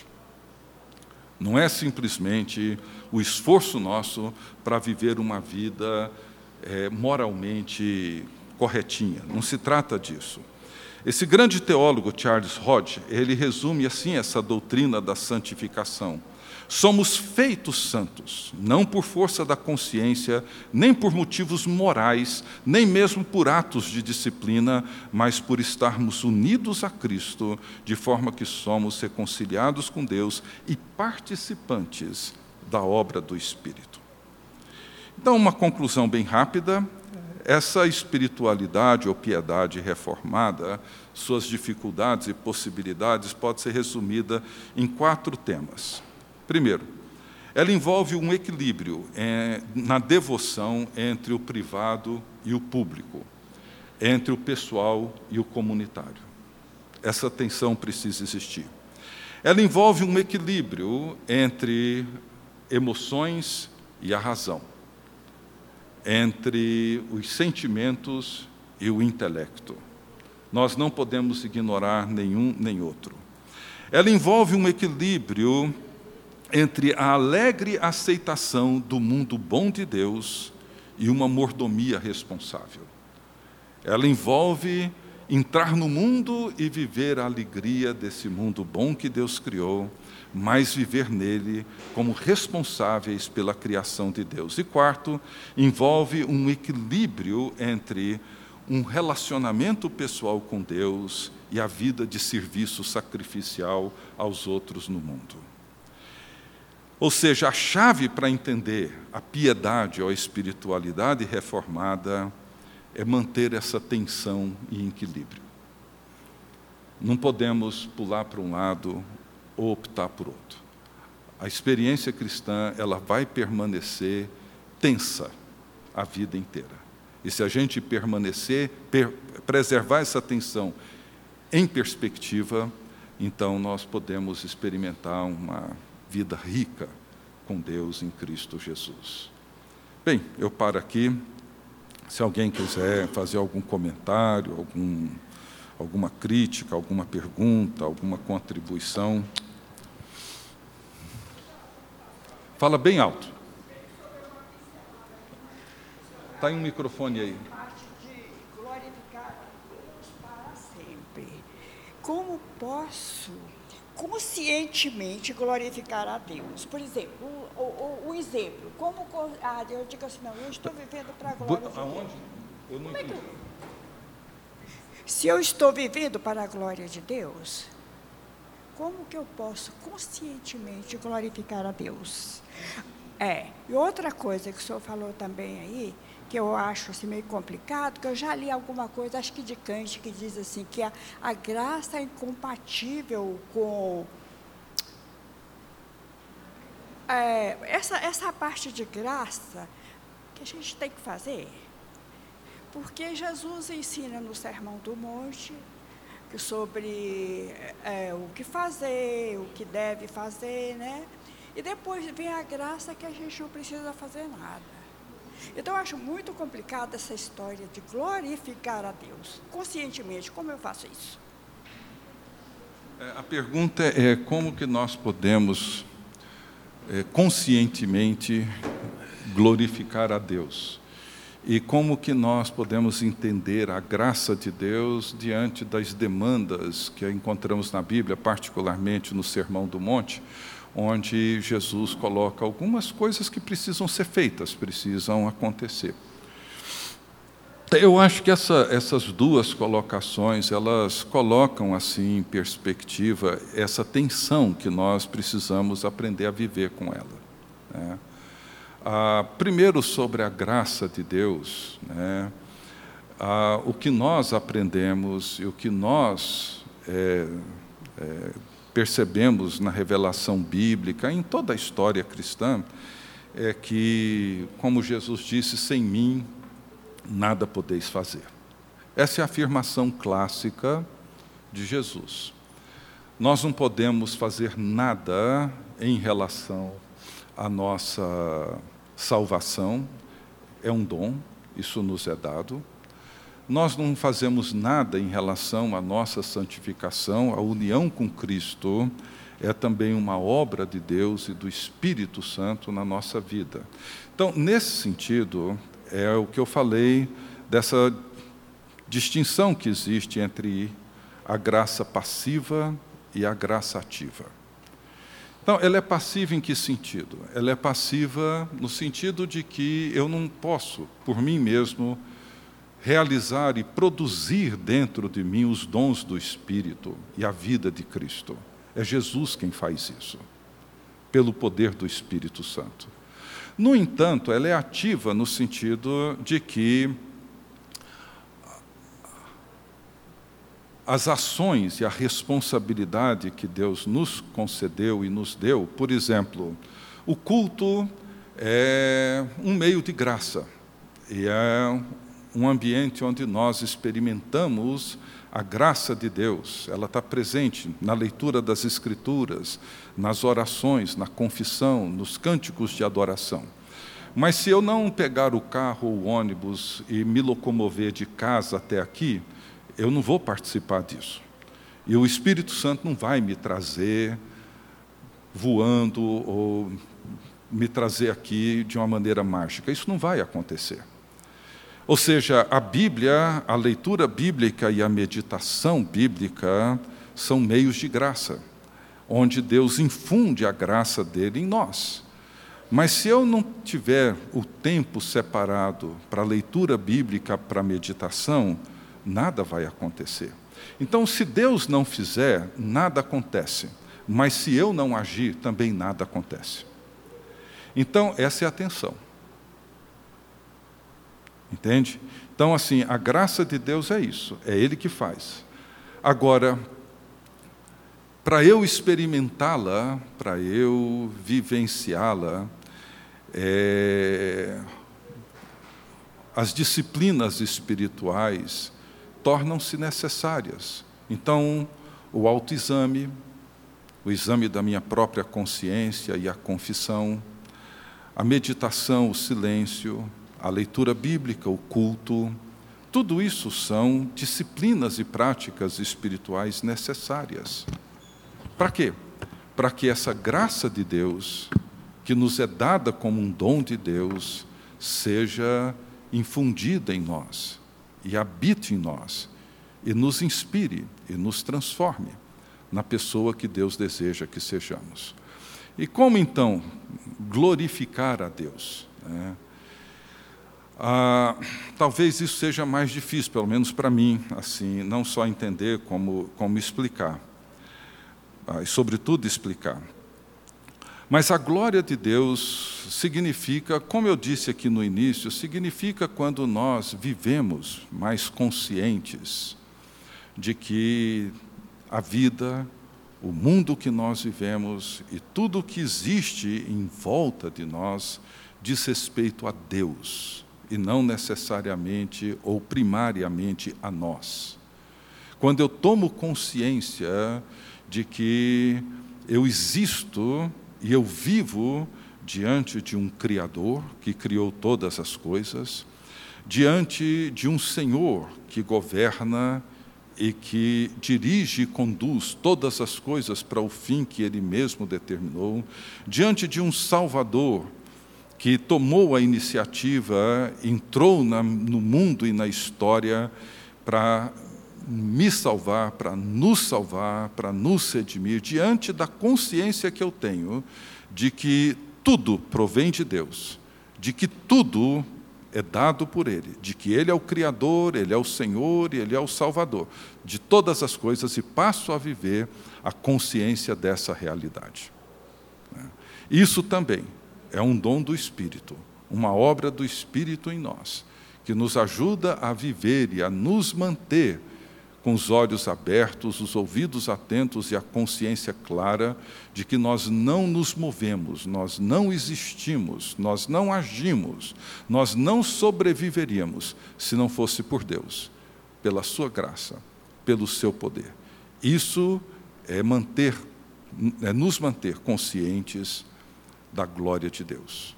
Não é simplesmente o esforço nosso para viver uma vida é, moralmente corretinha. Não se trata disso. Esse grande teólogo, Charles Hodge, ele resume assim essa doutrina da santificação. Somos feitos santos, não por força da consciência, nem por motivos morais, nem mesmo por atos de disciplina, mas por estarmos unidos a Cristo, de forma que somos reconciliados com Deus e participantes da obra do Espírito. Então, uma conclusão bem rápida: essa espiritualidade ou piedade reformada, suas dificuldades e possibilidades, pode ser resumida em quatro temas. Primeiro, ela envolve um equilíbrio é, na devoção entre o privado e o público, entre o pessoal e o comunitário. Essa tensão precisa existir. Ela envolve um equilíbrio entre emoções e a razão, entre os sentimentos e o intelecto. Nós não podemos ignorar nenhum nem outro. Ela envolve um equilíbrio entre a alegre aceitação do mundo bom de Deus e uma mordomia responsável. Ela envolve entrar no mundo e viver a alegria desse mundo bom que Deus criou, mas viver nele como responsáveis pela criação de Deus. E quarto, envolve um equilíbrio entre um relacionamento pessoal com Deus e a vida de serviço sacrificial aos outros no mundo. Ou seja, a chave para entender a piedade ou a espiritualidade reformada é manter essa tensão e equilíbrio. Não podemos pular para um lado ou optar por outro. A experiência cristã, ela vai permanecer tensa a vida inteira. E se a gente permanecer, per, preservar essa tensão em perspectiva, então nós podemos experimentar uma vida rica com Deus em Cristo Jesus. Bem, eu paro aqui. Se alguém quiser fazer algum comentário, algum, alguma crítica, alguma pergunta, alguma contribuição, fala bem alto. Está em um microfone aí. Parte de glorificar a Deus para sempre. Como posso conscientemente glorificar a Deus? Por exemplo, o, o, o exemplo, como ah, eu digo assim, não, eu estou vivendo para a glória de Deus. Aonde? Eu não entendi. Se eu estou vivendo para a glória de Deus, como que eu posso conscientemente glorificar a Deus? É, e outra coisa que o senhor falou também aí, que eu acho assim, meio complicado, que eu já li alguma coisa, acho que de Kant, que diz assim, que a, a graça é incompatível com... É, essa, essa parte de graça que a gente tem que fazer, porque Jesus ensina no Sermão do Monte sobre é, o que fazer, o que deve fazer, né? E depois vem a graça que a gente não precisa fazer nada. Então, eu acho muito complicada essa história de glorificar a Deus. Conscientemente, como eu faço isso? A pergunta é como que nós podemos é, conscientemente glorificar a Deus. e como que nós podemos entender a graça de Deus diante das demandas que encontramos na Bíblia, particularmente no Sermão do Monte, onde Jesus coloca algumas coisas que precisam ser feitas, precisam acontecer. Eu acho que essa, essas duas colocações, elas colocam assim em perspectiva essa tensão que nós precisamos aprender a viver com ela, né? Ah, primeiro, sobre a graça de Deus, né? Ah, o que nós aprendemos e o que nós é, é, percebemos na revelação bíblica, em toda a história cristã, é que, como Jesus disse, sem mim nada podeis fazer. Essa é a afirmação clássica de Jesus. Nós não podemos fazer nada em relação à nossa salvação, é um dom, isso nos é dado. Nós não fazemos nada em relação à nossa santificação, a união com Cristo é também uma obra de Deus e do Espírito Santo na nossa vida. Então, nesse sentido, é o que eu falei dessa distinção que existe entre a graça passiva e a graça ativa. Então, ela é passiva em que sentido? Ela é passiva no sentido de que eu não posso, por mim mesmo, realizar e produzir dentro de mim os dons do Espírito e a vida de Cristo. É Jesus quem faz isso, pelo poder do Espírito Santo. No entanto, ela é ativa no sentido de que as ações e a responsabilidade que Deus nos concedeu e nos deu, por exemplo, o culto é um meio de graça, e é um ambiente onde nós experimentamos a graça de Deus. Ela está presente na leitura das Escrituras, nas orações, na confissão, nos cânticos de adoração. Mas se eu não pegar o carro ou o ônibus e me locomover de casa até aqui, eu não vou participar disso. E o Espírito Santo não vai me trazer voando ou me trazer aqui de uma maneira mágica. Isso não vai acontecer. Ou seja, a Bíblia, a leitura bíblica e a meditação bíblica são meios de graça, onde Deus infunde a graça dele em nós. Mas se eu não tiver o tempo separado para a leitura bíblica, para a meditação, nada vai acontecer. Então, se Deus não fizer, nada acontece. Mas se eu não agir, também nada acontece. Então, essa é a tensão. Entende? Então, assim, a graça de Deus é isso, é Ele que faz. Agora, para eu experimentá-la, para eu vivenciá-la, é, as disciplinas espirituais tornam-se necessárias. Então, o autoexame, o exame da minha própria consciência e a confissão, a meditação, o silêncio, a leitura bíblica, o culto, tudo isso são disciplinas e práticas espirituais necessárias. Para quê? Para que essa graça de Deus, que nos é dada como um dom de Deus, seja infundida em nós, e habite em nós, e nos inspire, e nos transforme na pessoa que Deus deseja que sejamos. E como, então, glorificar a Deus, né? Ah, talvez isso seja mais difícil, pelo menos para mim, assim, não só entender como, como explicar, ah, e sobretudo explicar. Mas a glória de Deus significa, como eu disse aqui no início, significa quando nós vivemos mais conscientes de que a vida, o mundo que nós vivemos e tudo que existe em volta de nós diz respeito a Deus, e não necessariamente ou primariamente a nós. Quando eu tomo consciência de que eu existo e eu vivo diante de um Criador que criou todas as coisas, diante de um Senhor que governa e que dirige e conduz todas as coisas para o fim que Ele mesmo determinou, diante de um Salvador que tomou a iniciativa, entrou na, no mundo e na história para me salvar, para nos salvar, para nos redimir, diante da consciência que eu tenho de que tudo provém de Deus, de que tudo é dado por Ele, de que Ele é o Criador, Ele é o Senhor e Ele é o Salvador de todas as coisas, e passo a viver a consciência dessa realidade. Isso também é um dom do Espírito, uma obra do Espírito em nós, que nos ajuda a viver e a nos manter com os olhos abertos, os ouvidos atentos e a consciência clara de que nós não nos movemos, nós não existimos, nós não agimos, nós não sobreviveríamos se não fosse por Deus, pela sua graça, pelo seu poder. Isso é manter, é nos manter conscientes da glória de Deus.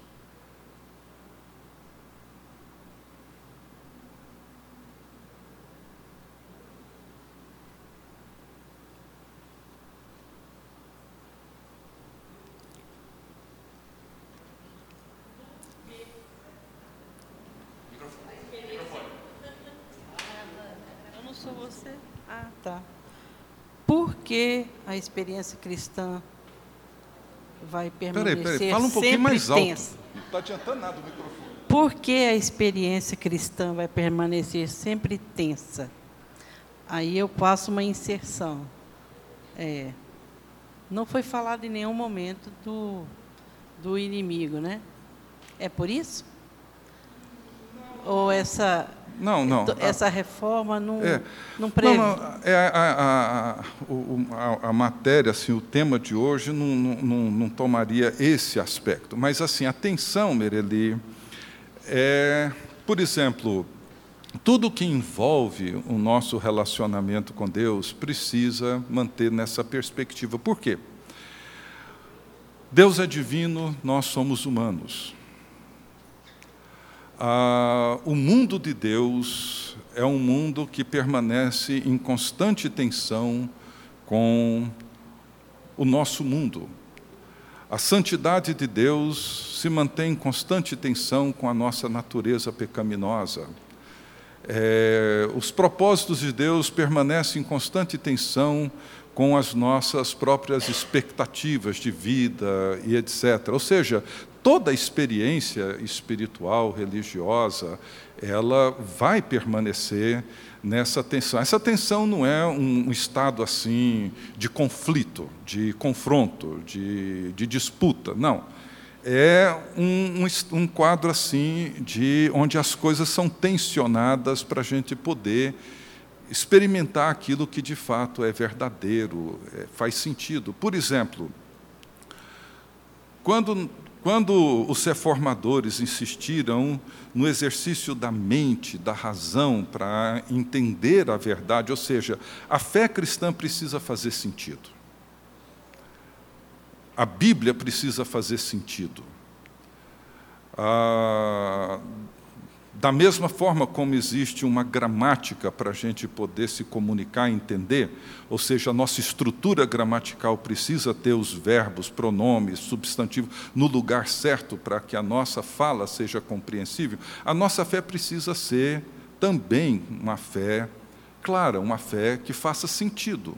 Eu não sou você? Ah, tá. Por que a experiência cristã vai permanecer Peraí, peraí, fala um pouquinho sempre mais alto. tensa? Não está adiantando nada o microfone. Por que a experiência cristã vai permanecer sempre tensa? Aí eu passo uma inserção. É, não foi falado em nenhum momento do, do inimigo, né? É por isso? Ou essa, Não, não. essa reforma não, É. não prevê? Não, não, é a, a, a, o- a, a matéria, assim, o tema de hoje não, não, não, não tomaria esse aspecto. Mas, assim, atenção, Mereli, é, por exemplo, tudo que envolve o nosso relacionamento com Deus precisa manter nessa perspectiva. Por quê? Deus é divino, nós somos humanos. Ah, o mundo de Deus é um mundo que permanece em constante tensão com o nosso mundo. A santidade de Deus se mantém em constante tensão com a nossa natureza pecaminosa. É, os propósitos de Deus permanecem em constante tensão com as nossas próprias expectativas de vida e etcétera. Ou seja, toda experiência espiritual, religiosa, ela vai permanecer nessa tensão. Essa tensão não é um estado assim de conflito, de confronto, de, de disputa, não. É um, um, um quadro assim de onde as coisas são tensionadas para a gente poder experimentar aquilo que de fato é verdadeiro, é, faz sentido. Por exemplo, quando Quando os reformadores insistiram no exercício da mente, da razão, para entender a verdade, ou seja, a fé cristã precisa fazer sentido. A Bíblia precisa fazer sentido. Ah, da mesma forma como existe uma gramática para a gente poder se comunicar e entender, ou seja, a nossa estrutura gramatical precisa ter os verbos, pronomes, substantivos no lugar certo para que a nossa fala seja compreensível, a nossa fé precisa ser também uma fé clara, uma fé que faça sentido.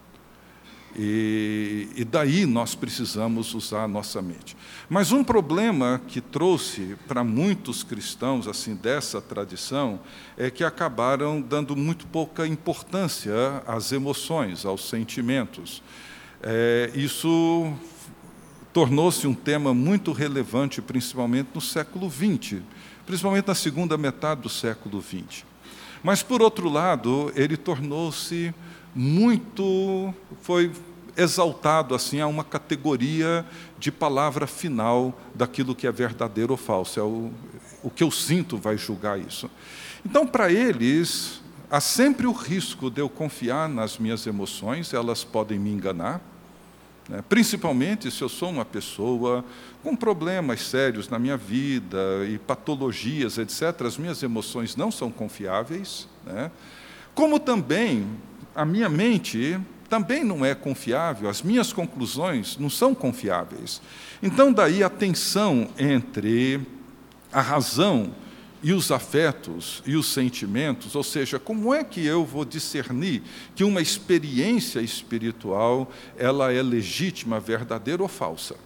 E, e daí nós precisamos usar a nossa mente. Mas um problema que trouxe para muitos cristãos assim dessa tradição é que acabaram dando muito pouca importância às emoções, aos sentimentos. É, isso tornou-se um tema muito relevante, principalmente no século vinte, principalmente na segunda metade do século vinte. Mas, por outro lado, ele tornou-se muito, foi exaltado assim a uma categoria de palavra final daquilo que é verdadeiro ou falso. É o, o que eu sinto vai julgar isso. Então, para eles, há sempre o risco de eu confiar nas minhas emoções, elas podem me enganar, né? Principalmente se eu sou uma pessoa com problemas sérios na minha vida e patologias, etcétera, as minhas emoções não são confiáveis, né? Como também a minha mente também não é confiável, as minhas conclusões não são confiáveis. Então, daí a tensão entre a razão e os afetos e os sentimentos, ou seja, como é que eu vou discernir que uma experiência espiritual ela é legítima, verdadeira ou falsa?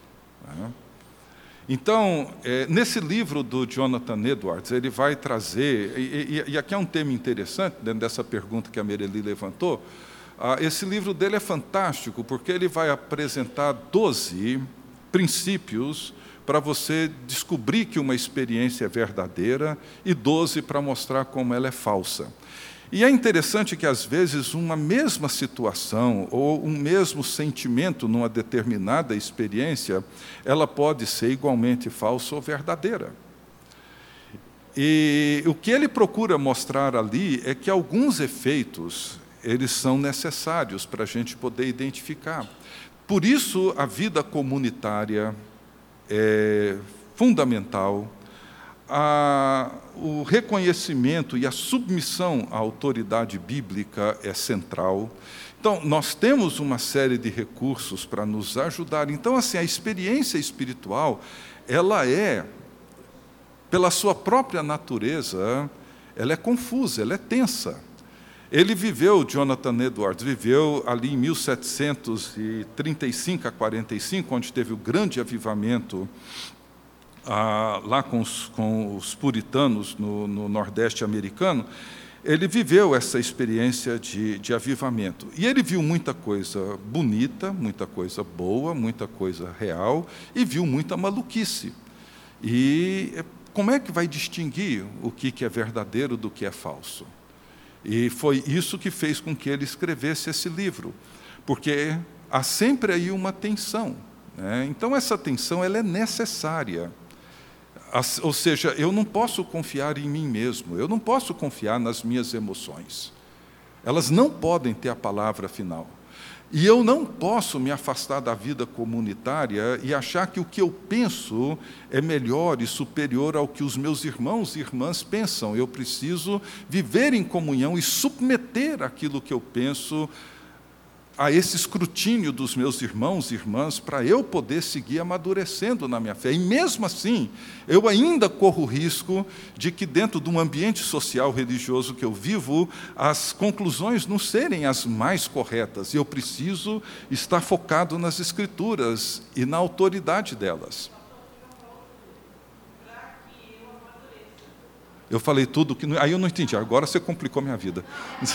Então, é, nesse livro do Jonathan Edwards, ele vai trazer, e, e, e aqui é um tema interessante, dentro dessa pergunta que a Mereli levantou, ah, esse livro dele é fantástico, porque ele vai apresentar doze princípios para você descobrir que uma experiência é verdadeira e doze para mostrar como ela é falsa. E é interessante que, às vezes, uma mesma situação ou um mesmo sentimento numa determinada experiência, ela pode ser igualmente falsa ou verdadeira. E o que ele procura mostrar ali é que alguns efeitos, eles são necessários para a gente poder identificar. Por isso, a vida comunitária é fundamental, a, o reconhecimento e a submissão à autoridade bíblica é central. Então, nós temos uma série de recursos para nos ajudar. Então, assim, a experiência espiritual, ela é, pela sua própria natureza, ela é confusa, ela é tensa. Ele viveu, Jonathan Edwards, viveu ali em mil setecentos e trinta e cinco a quarenta e cinco, onde teve o grande avivamento ah, lá com os, com os puritanos no, no Nordeste americano. Ele viveu essa experiência de, de avivamento. E ele viu muita coisa bonita, muita coisa boa, muita coisa real, e viu muita maluquice. E como é que vai distinguir o que é verdadeiro do que é falso? E foi isso que fez com que ele escrevesse esse livro, porque há sempre aí uma tensão, né? Então, essa tensão ela é necessária. Ou seja, eu não posso confiar em mim mesmo, eu não posso confiar nas minhas emoções. Elas não podem ter a palavra final. E eu não posso me afastar da vida comunitária e achar que o que eu penso é melhor e superior ao que os meus irmãos e irmãs pensam. Eu preciso viver em comunhão e submeter aquilo que eu penso a esse escrutínio dos meus irmãos e irmãs para eu poder seguir amadurecendo na minha fé. E mesmo assim, eu ainda corro o risco de que dentro de um ambiente social religioso que eu vivo, as conclusões não serem as mais corretas. E eu preciso estar focado nas Escrituras e na autoridade delas. Eu falei tudo que... Aí eu não entendi, agora você complicou minha vida.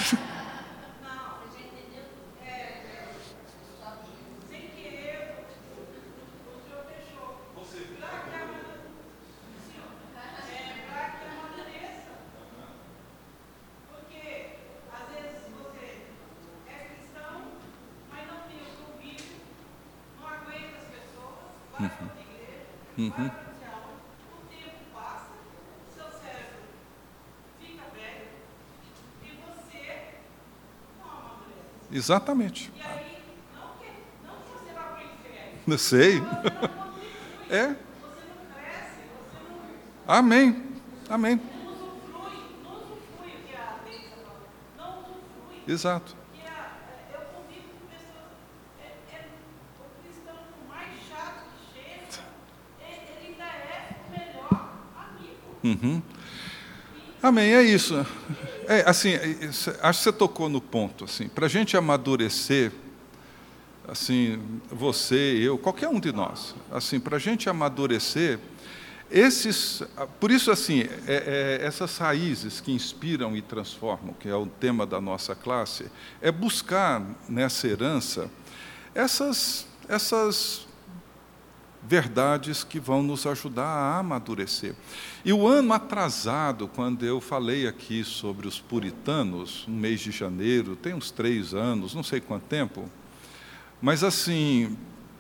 Uhum. Uhum. O tempo passa, seu cérebro fica velho e você não amadurece. Exatamente. E aí, não que, não que você vá para o inferno. Eu sei. Você não contribui, É. você não cresce, você não... Amém. Amém. Não usufrui, não usufrui o que a lei está falando. Não usufrui. Exato. Que a, eu convivo com pessoas, é, é, o cristão, por mais chato que seja, ele ainda é o melhor amigo. Uhum. Amém, é isso. É, assim, acho que você tocou no ponto. Assim, para a gente amadurecer, assim, você, eu, qualquer um de nós, assim, para a gente amadurecer, esses, por isso, assim, é, é, essas raízes que inspiram e transformam, que é o tema da nossa classe, é buscar nessa herança essas, essas verdades que vão nos ajudar a amadurecer. E o ano atrasado, quando eu falei aqui sobre os puritanos, no mês de janeiro, tem uns três anos, não sei quanto tempo, mas assim,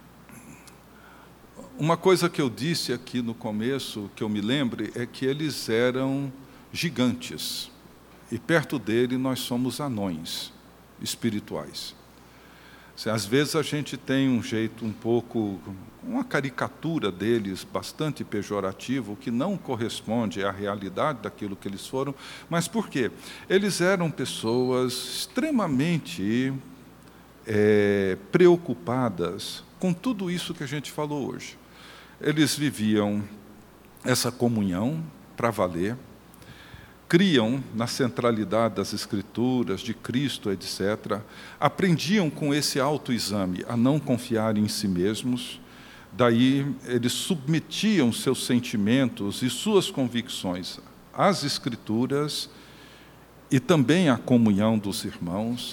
uma coisa que eu disse aqui no começo, que eu me lembre, é que eles eram gigantes, e perto dele nós somos anões espirituais. Às vezes a gente tem um jeito um pouco, uma caricatura deles bastante pejorativo, que não corresponde à realidade daquilo que eles foram, mas por quê? Eles eram pessoas extremamente é, preocupadas com tudo isso que a gente falou hoje. Eles viviam essa comunhão para valer, criam na centralidade das Escrituras, de Cristo, etcétera, aprendiam com esse autoexame a não confiar em si mesmos, daí eles submetiam seus sentimentos e suas convicções às Escrituras e também à comunhão dos irmãos,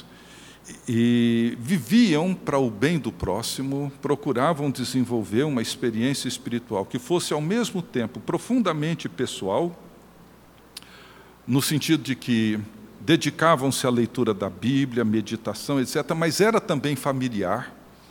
e viviam para o bem do próximo, procuravam desenvolver uma experiência espiritual que fosse, ao mesmo tempo, profundamente pessoal, no sentido de que dedicavam-se à leitura da Bíblia, meditação, etcétera, mas era também familiar.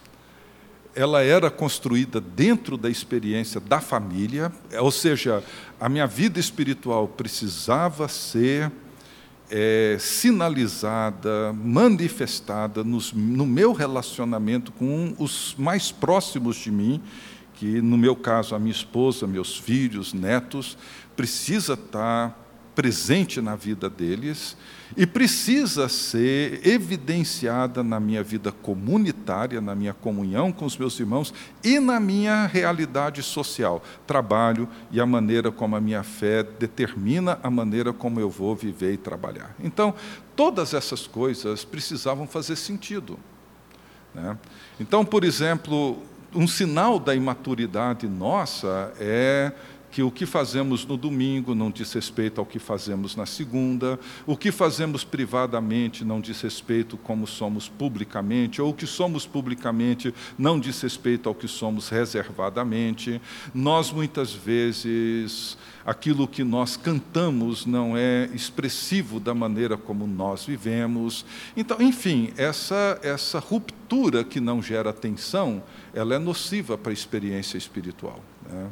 Ela era construída dentro da experiência da família, ou seja, a minha vida espiritual precisava ser é, sinalizada, manifestada nos, no meu relacionamento com os mais próximos de mim, que, no meu caso, a minha esposa, meus filhos, netos, precisa estar presente na vida deles e precisa ser evidenciada na minha vida comunitária, na minha comunhão com os meus irmãos e na minha realidade social, trabalho e a maneira como a minha fé determina a maneira como eu vou viver e trabalhar. Então, todas essas coisas precisavam fazer sentido, né? Então, por exemplo, um sinal da imaturidade nossa é que o que fazemos no domingo não diz respeito ao que fazemos na segunda, o que fazemos privadamente não diz respeito como somos publicamente, ou o que somos publicamente não diz respeito ao que somos reservadamente. Nós, muitas vezes, aquilo que nós cantamos não é expressivo da maneira como nós vivemos. Então, enfim, essa, essa ruptura que não gera tensão, ela é nociva para a experiência espiritual, né?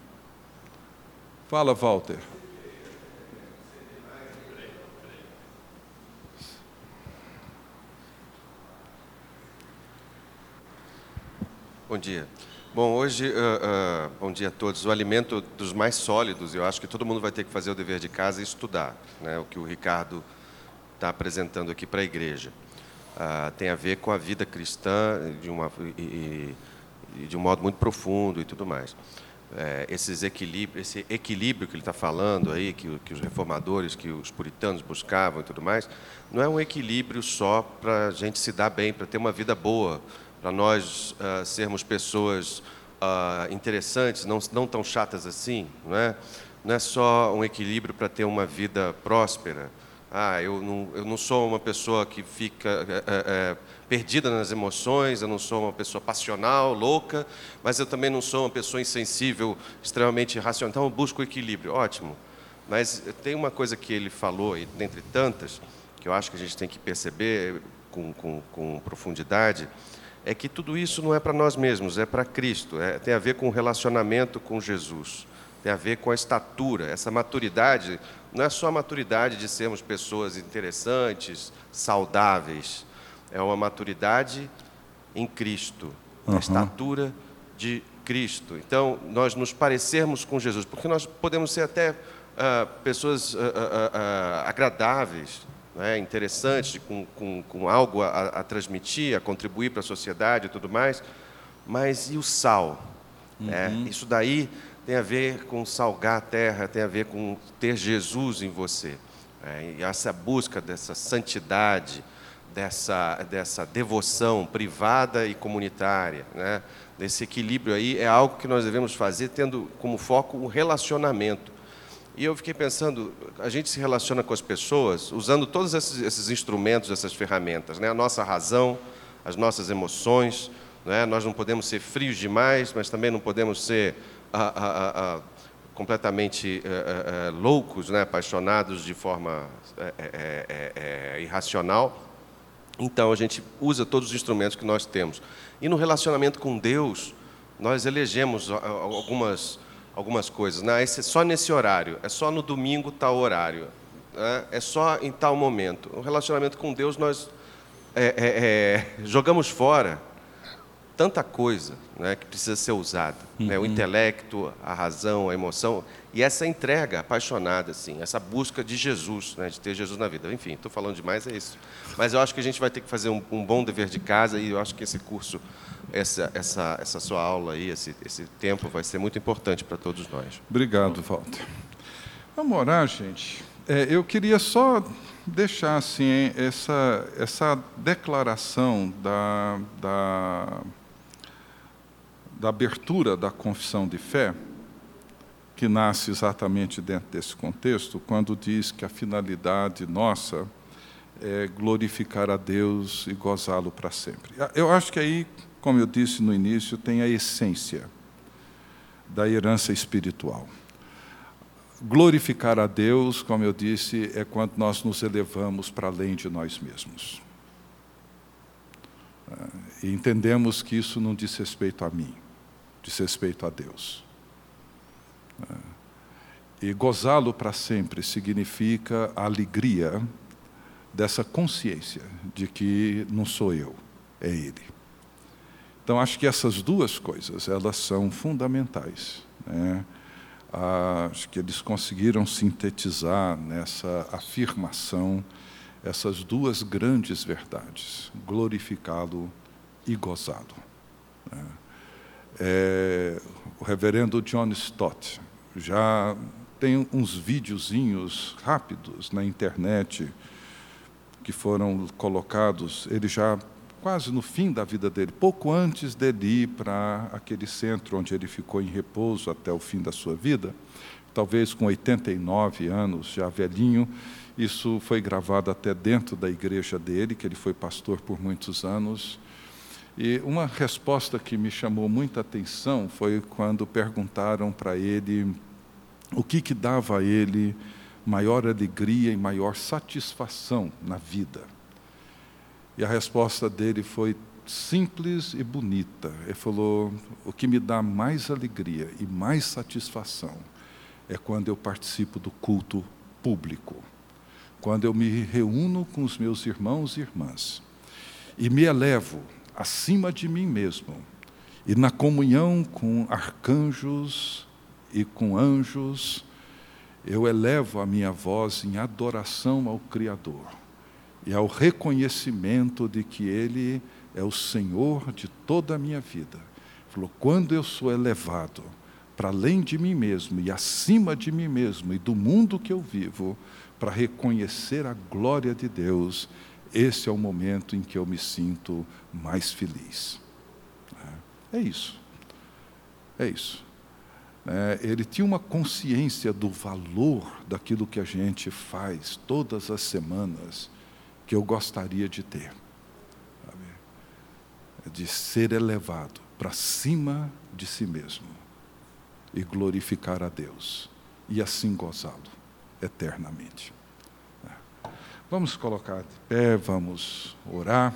Fala, Walter. Bom dia. Bom, hoje, uh, uh, bom dia a todos. O alimento dos mais sólidos, eu acho que todo mundo vai ter que fazer o dever de casa e estudar, né, o que o Ricardo está apresentando aqui para a igreja. Uh, tem a ver com a vida cristã de, uma, e, e de um modo muito profundo e tudo mais. É, esses equilíbrio, esse equilíbrio que ele está falando aí, que, que os reformadores, que os puritanos buscavam e tudo mais, não é um equilíbrio só para a gente se dar bem, para ter uma vida boa, para nós uh, sermos pessoas uh, interessantes, não, não tão chatas assim, não é? Não é só um equilíbrio para ter uma vida próspera. Ah, eu não, eu não sou uma pessoa que fica é, é, perdida nas emoções, eu não sou uma pessoa passional, louca, mas eu também não sou uma pessoa insensível, extremamente irracional. Então, eu busco o equilíbrio. Ótimo. Mas tem uma coisa que ele falou, e dentre tantas, que eu acho que a gente tem que perceber com, com, com profundidade, é que tudo isso não é para nós mesmos, é para Cristo. É, tem a ver com o relacionamento com Jesus. Tem a ver com a estatura, essa maturidade. Não é só a maturidade de sermos pessoas interessantes, saudáveis. É uma maturidade em Cristo, uhum. A estatura de Cristo. Então, nós nos parecermos com Jesus, porque nós podemos ser até uh, pessoas uh, uh, uh, agradáveis, né, interessantes, com, com, com algo a, a transmitir, a contribuir para a sociedade e tudo mais, mas e o sal? Uhum. Né? Isso daí tem a ver com salgar a terra, tem a ver com ter Jesus em você. É, e essa busca dessa santidade, dessa, dessa devoção privada e comunitária, né? Desse equilíbrio aí, é algo que nós devemos fazer tendo como foco o relacionamento. E eu fiquei pensando, a gente se relaciona com as pessoas usando todos esses, esses instrumentos, essas ferramentas, né? A nossa razão, as nossas emoções, né? Nós não podemos ser frios demais, mas também não podemos ser A, a, a, completamente a, a, a, loucos, né? Apaixonados de forma é, é, é, é, irracional. Então, a gente usa todos os instrumentos que nós temos. E no relacionamento com Deus, nós elegemos algumas, algumas coisas. Né? Esse é só nesse horário, é só no domingo tal horário, né? É só em tal momento. No relacionamento com Deus, nós é, é, é, jogamos fora tanta coisa, né, que precisa ser usada, uhum. né, o intelecto, a razão, a emoção, e essa entrega apaixonada, assim, essa busca de Jesus, né, de ter Jesus na vida. Enfim, estou falando demais, é isso. Mas eu acho que a gente vai ter que fazer um, um bom dever de casa, e eu acho que esse curso, essa, essa, essa sua aula aí, esse, esse tempo vai ser muito importante para todos nós. Obrigado, Walter. Vamos orar, gente. É, eu queria só deixar assim, essa, essa declaração da, da, da abertura da confissão de fé, que nasce exatamente dentro desse contexto, quando diz que a finalidade nossa é glorificar a Deus e gozá-lo para sempre. Eu acho que aí, como eu disse no início, tem a essência da herança espiritual. Glorificar a Deus, como eu disse, é quando nós nos elevamos para além de nós mesmos. E entendemos que isso não diz respeito a mim, diz respeito a Deus. E gozá-lo para sempre significa a alegria dessa consciência de que não sou eu, é Ele. Então, acho que essas duas coisas, elas são fundamentais, né? Acho que eles conseguiram sintetizar nessa afirmação essas duas grandes verdades, glorificá-lo e gozá-lo. É, o reverendo John Stott já tem uns videozinhos rápidos na internet que foram colocados, ele já quase no fim da vida dele, pouco antes dele ir para aquele centro onde ele ficou em repouso até o fim da sua vida, talvez com oitenta e nove anos, já velhinho. Isso foi gravado até dentro da igreja dele, que ele foi pastor por muitos anos. E uma resposta que me chamou muita atenção foi quando perguntaram para ele o que, que dava a ele maior alegria e maior satisfação na vida. E a resposta dele foi simples e bonita. Ele falou: o que me dá mais alegria e mais satisfação é quando eu participo do culto público, quando eu me reúno com os meus irmãos e irmãs e me elevo acima de mim mesmo, e na comunhão com arcanjos e com anjos, eu elevo a minha voz em adoração ao Criador e ao reconhecimento de que Ele é o Senhor de toda a minha vida. Ele falou: quando eu sou elevado para além de mim mesmo e acima de mim mesmo e do mundo que eu vivo, para reconhecer a glória de Deus, esse é o momento em que eu me sinto mais feliz. É isso. É isso. É, ele tinha uma consciência do valor daquilo que a gente faz todas as semanas, que eu gostaria de ter. Sabe? De ser elevado para cima de si mesmo e glorificar a Deus, e assim gozá-lo eternamente. Vamos colocar de pé, vamos orar.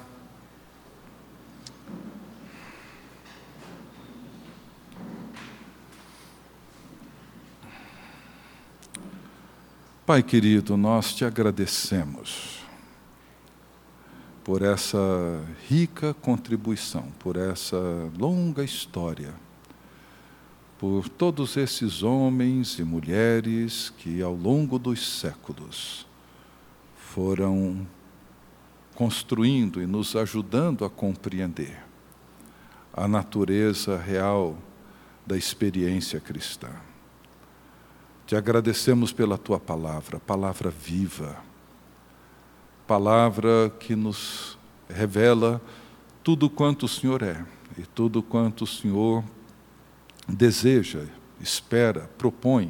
Pai querido, nós te agradecemos por essa rica contribuição, por essa longa história, por todos esses homens e mulheres que ao longo dos séculos foram construindo e nos ajudando a compreender a natureza real da experiência cristã. Te agradecemos pela Tua palavra, palavra viva, palavra que nos revela tudo quanto o Senhor é e tudo quanto o Senhor deseja, espera, propõe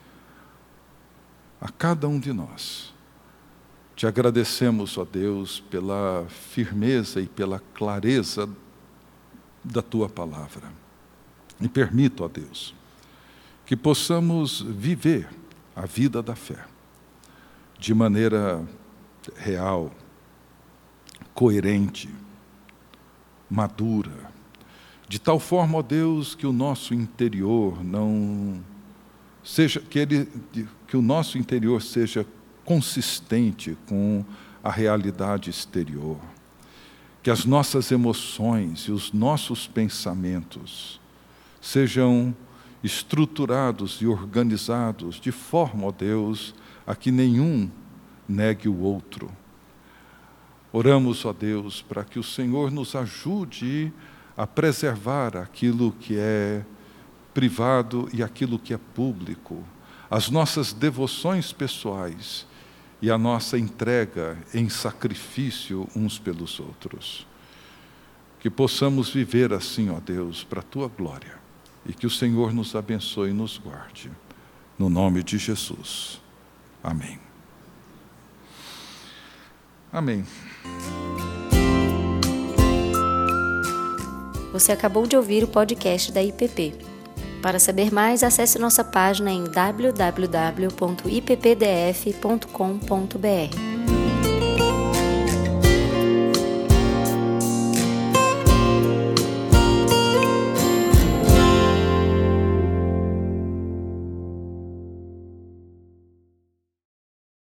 a cada um de nós. Te agradecemos, ó Deus, pela firmeza e pela clareza da Tua palavra. E permita, ó Deus, que possamos viver a vida da fé de maneira real, coerente, madura, de tal forma, ó Deus, que o nosso interior não seja, que ele, que o nosso interior seja consistente com a realidade exterior, que as nossas emoções e os nossos pensamentos sejam estruturados e organizados de forma, ó Deus, a que nenhum negue o outro. Oramos, ó Deus, para que o Senhor nos ajude a preservar aquilo que é privado e aquilo que é público, as nossas devoções pessoais e a nossa entrega em sacrifício uns pelos outros. Que possamos viver assim, ó Deus, para a Tua glória, e que o Senhor nos abençoe e nos guarde. No nome de Jesus. Amém. Amém. Você acabou de ouvir o podcast da I P P. Para saber mais, acesse nossa página em w w w ponto i p p d f ponto com ponto b r.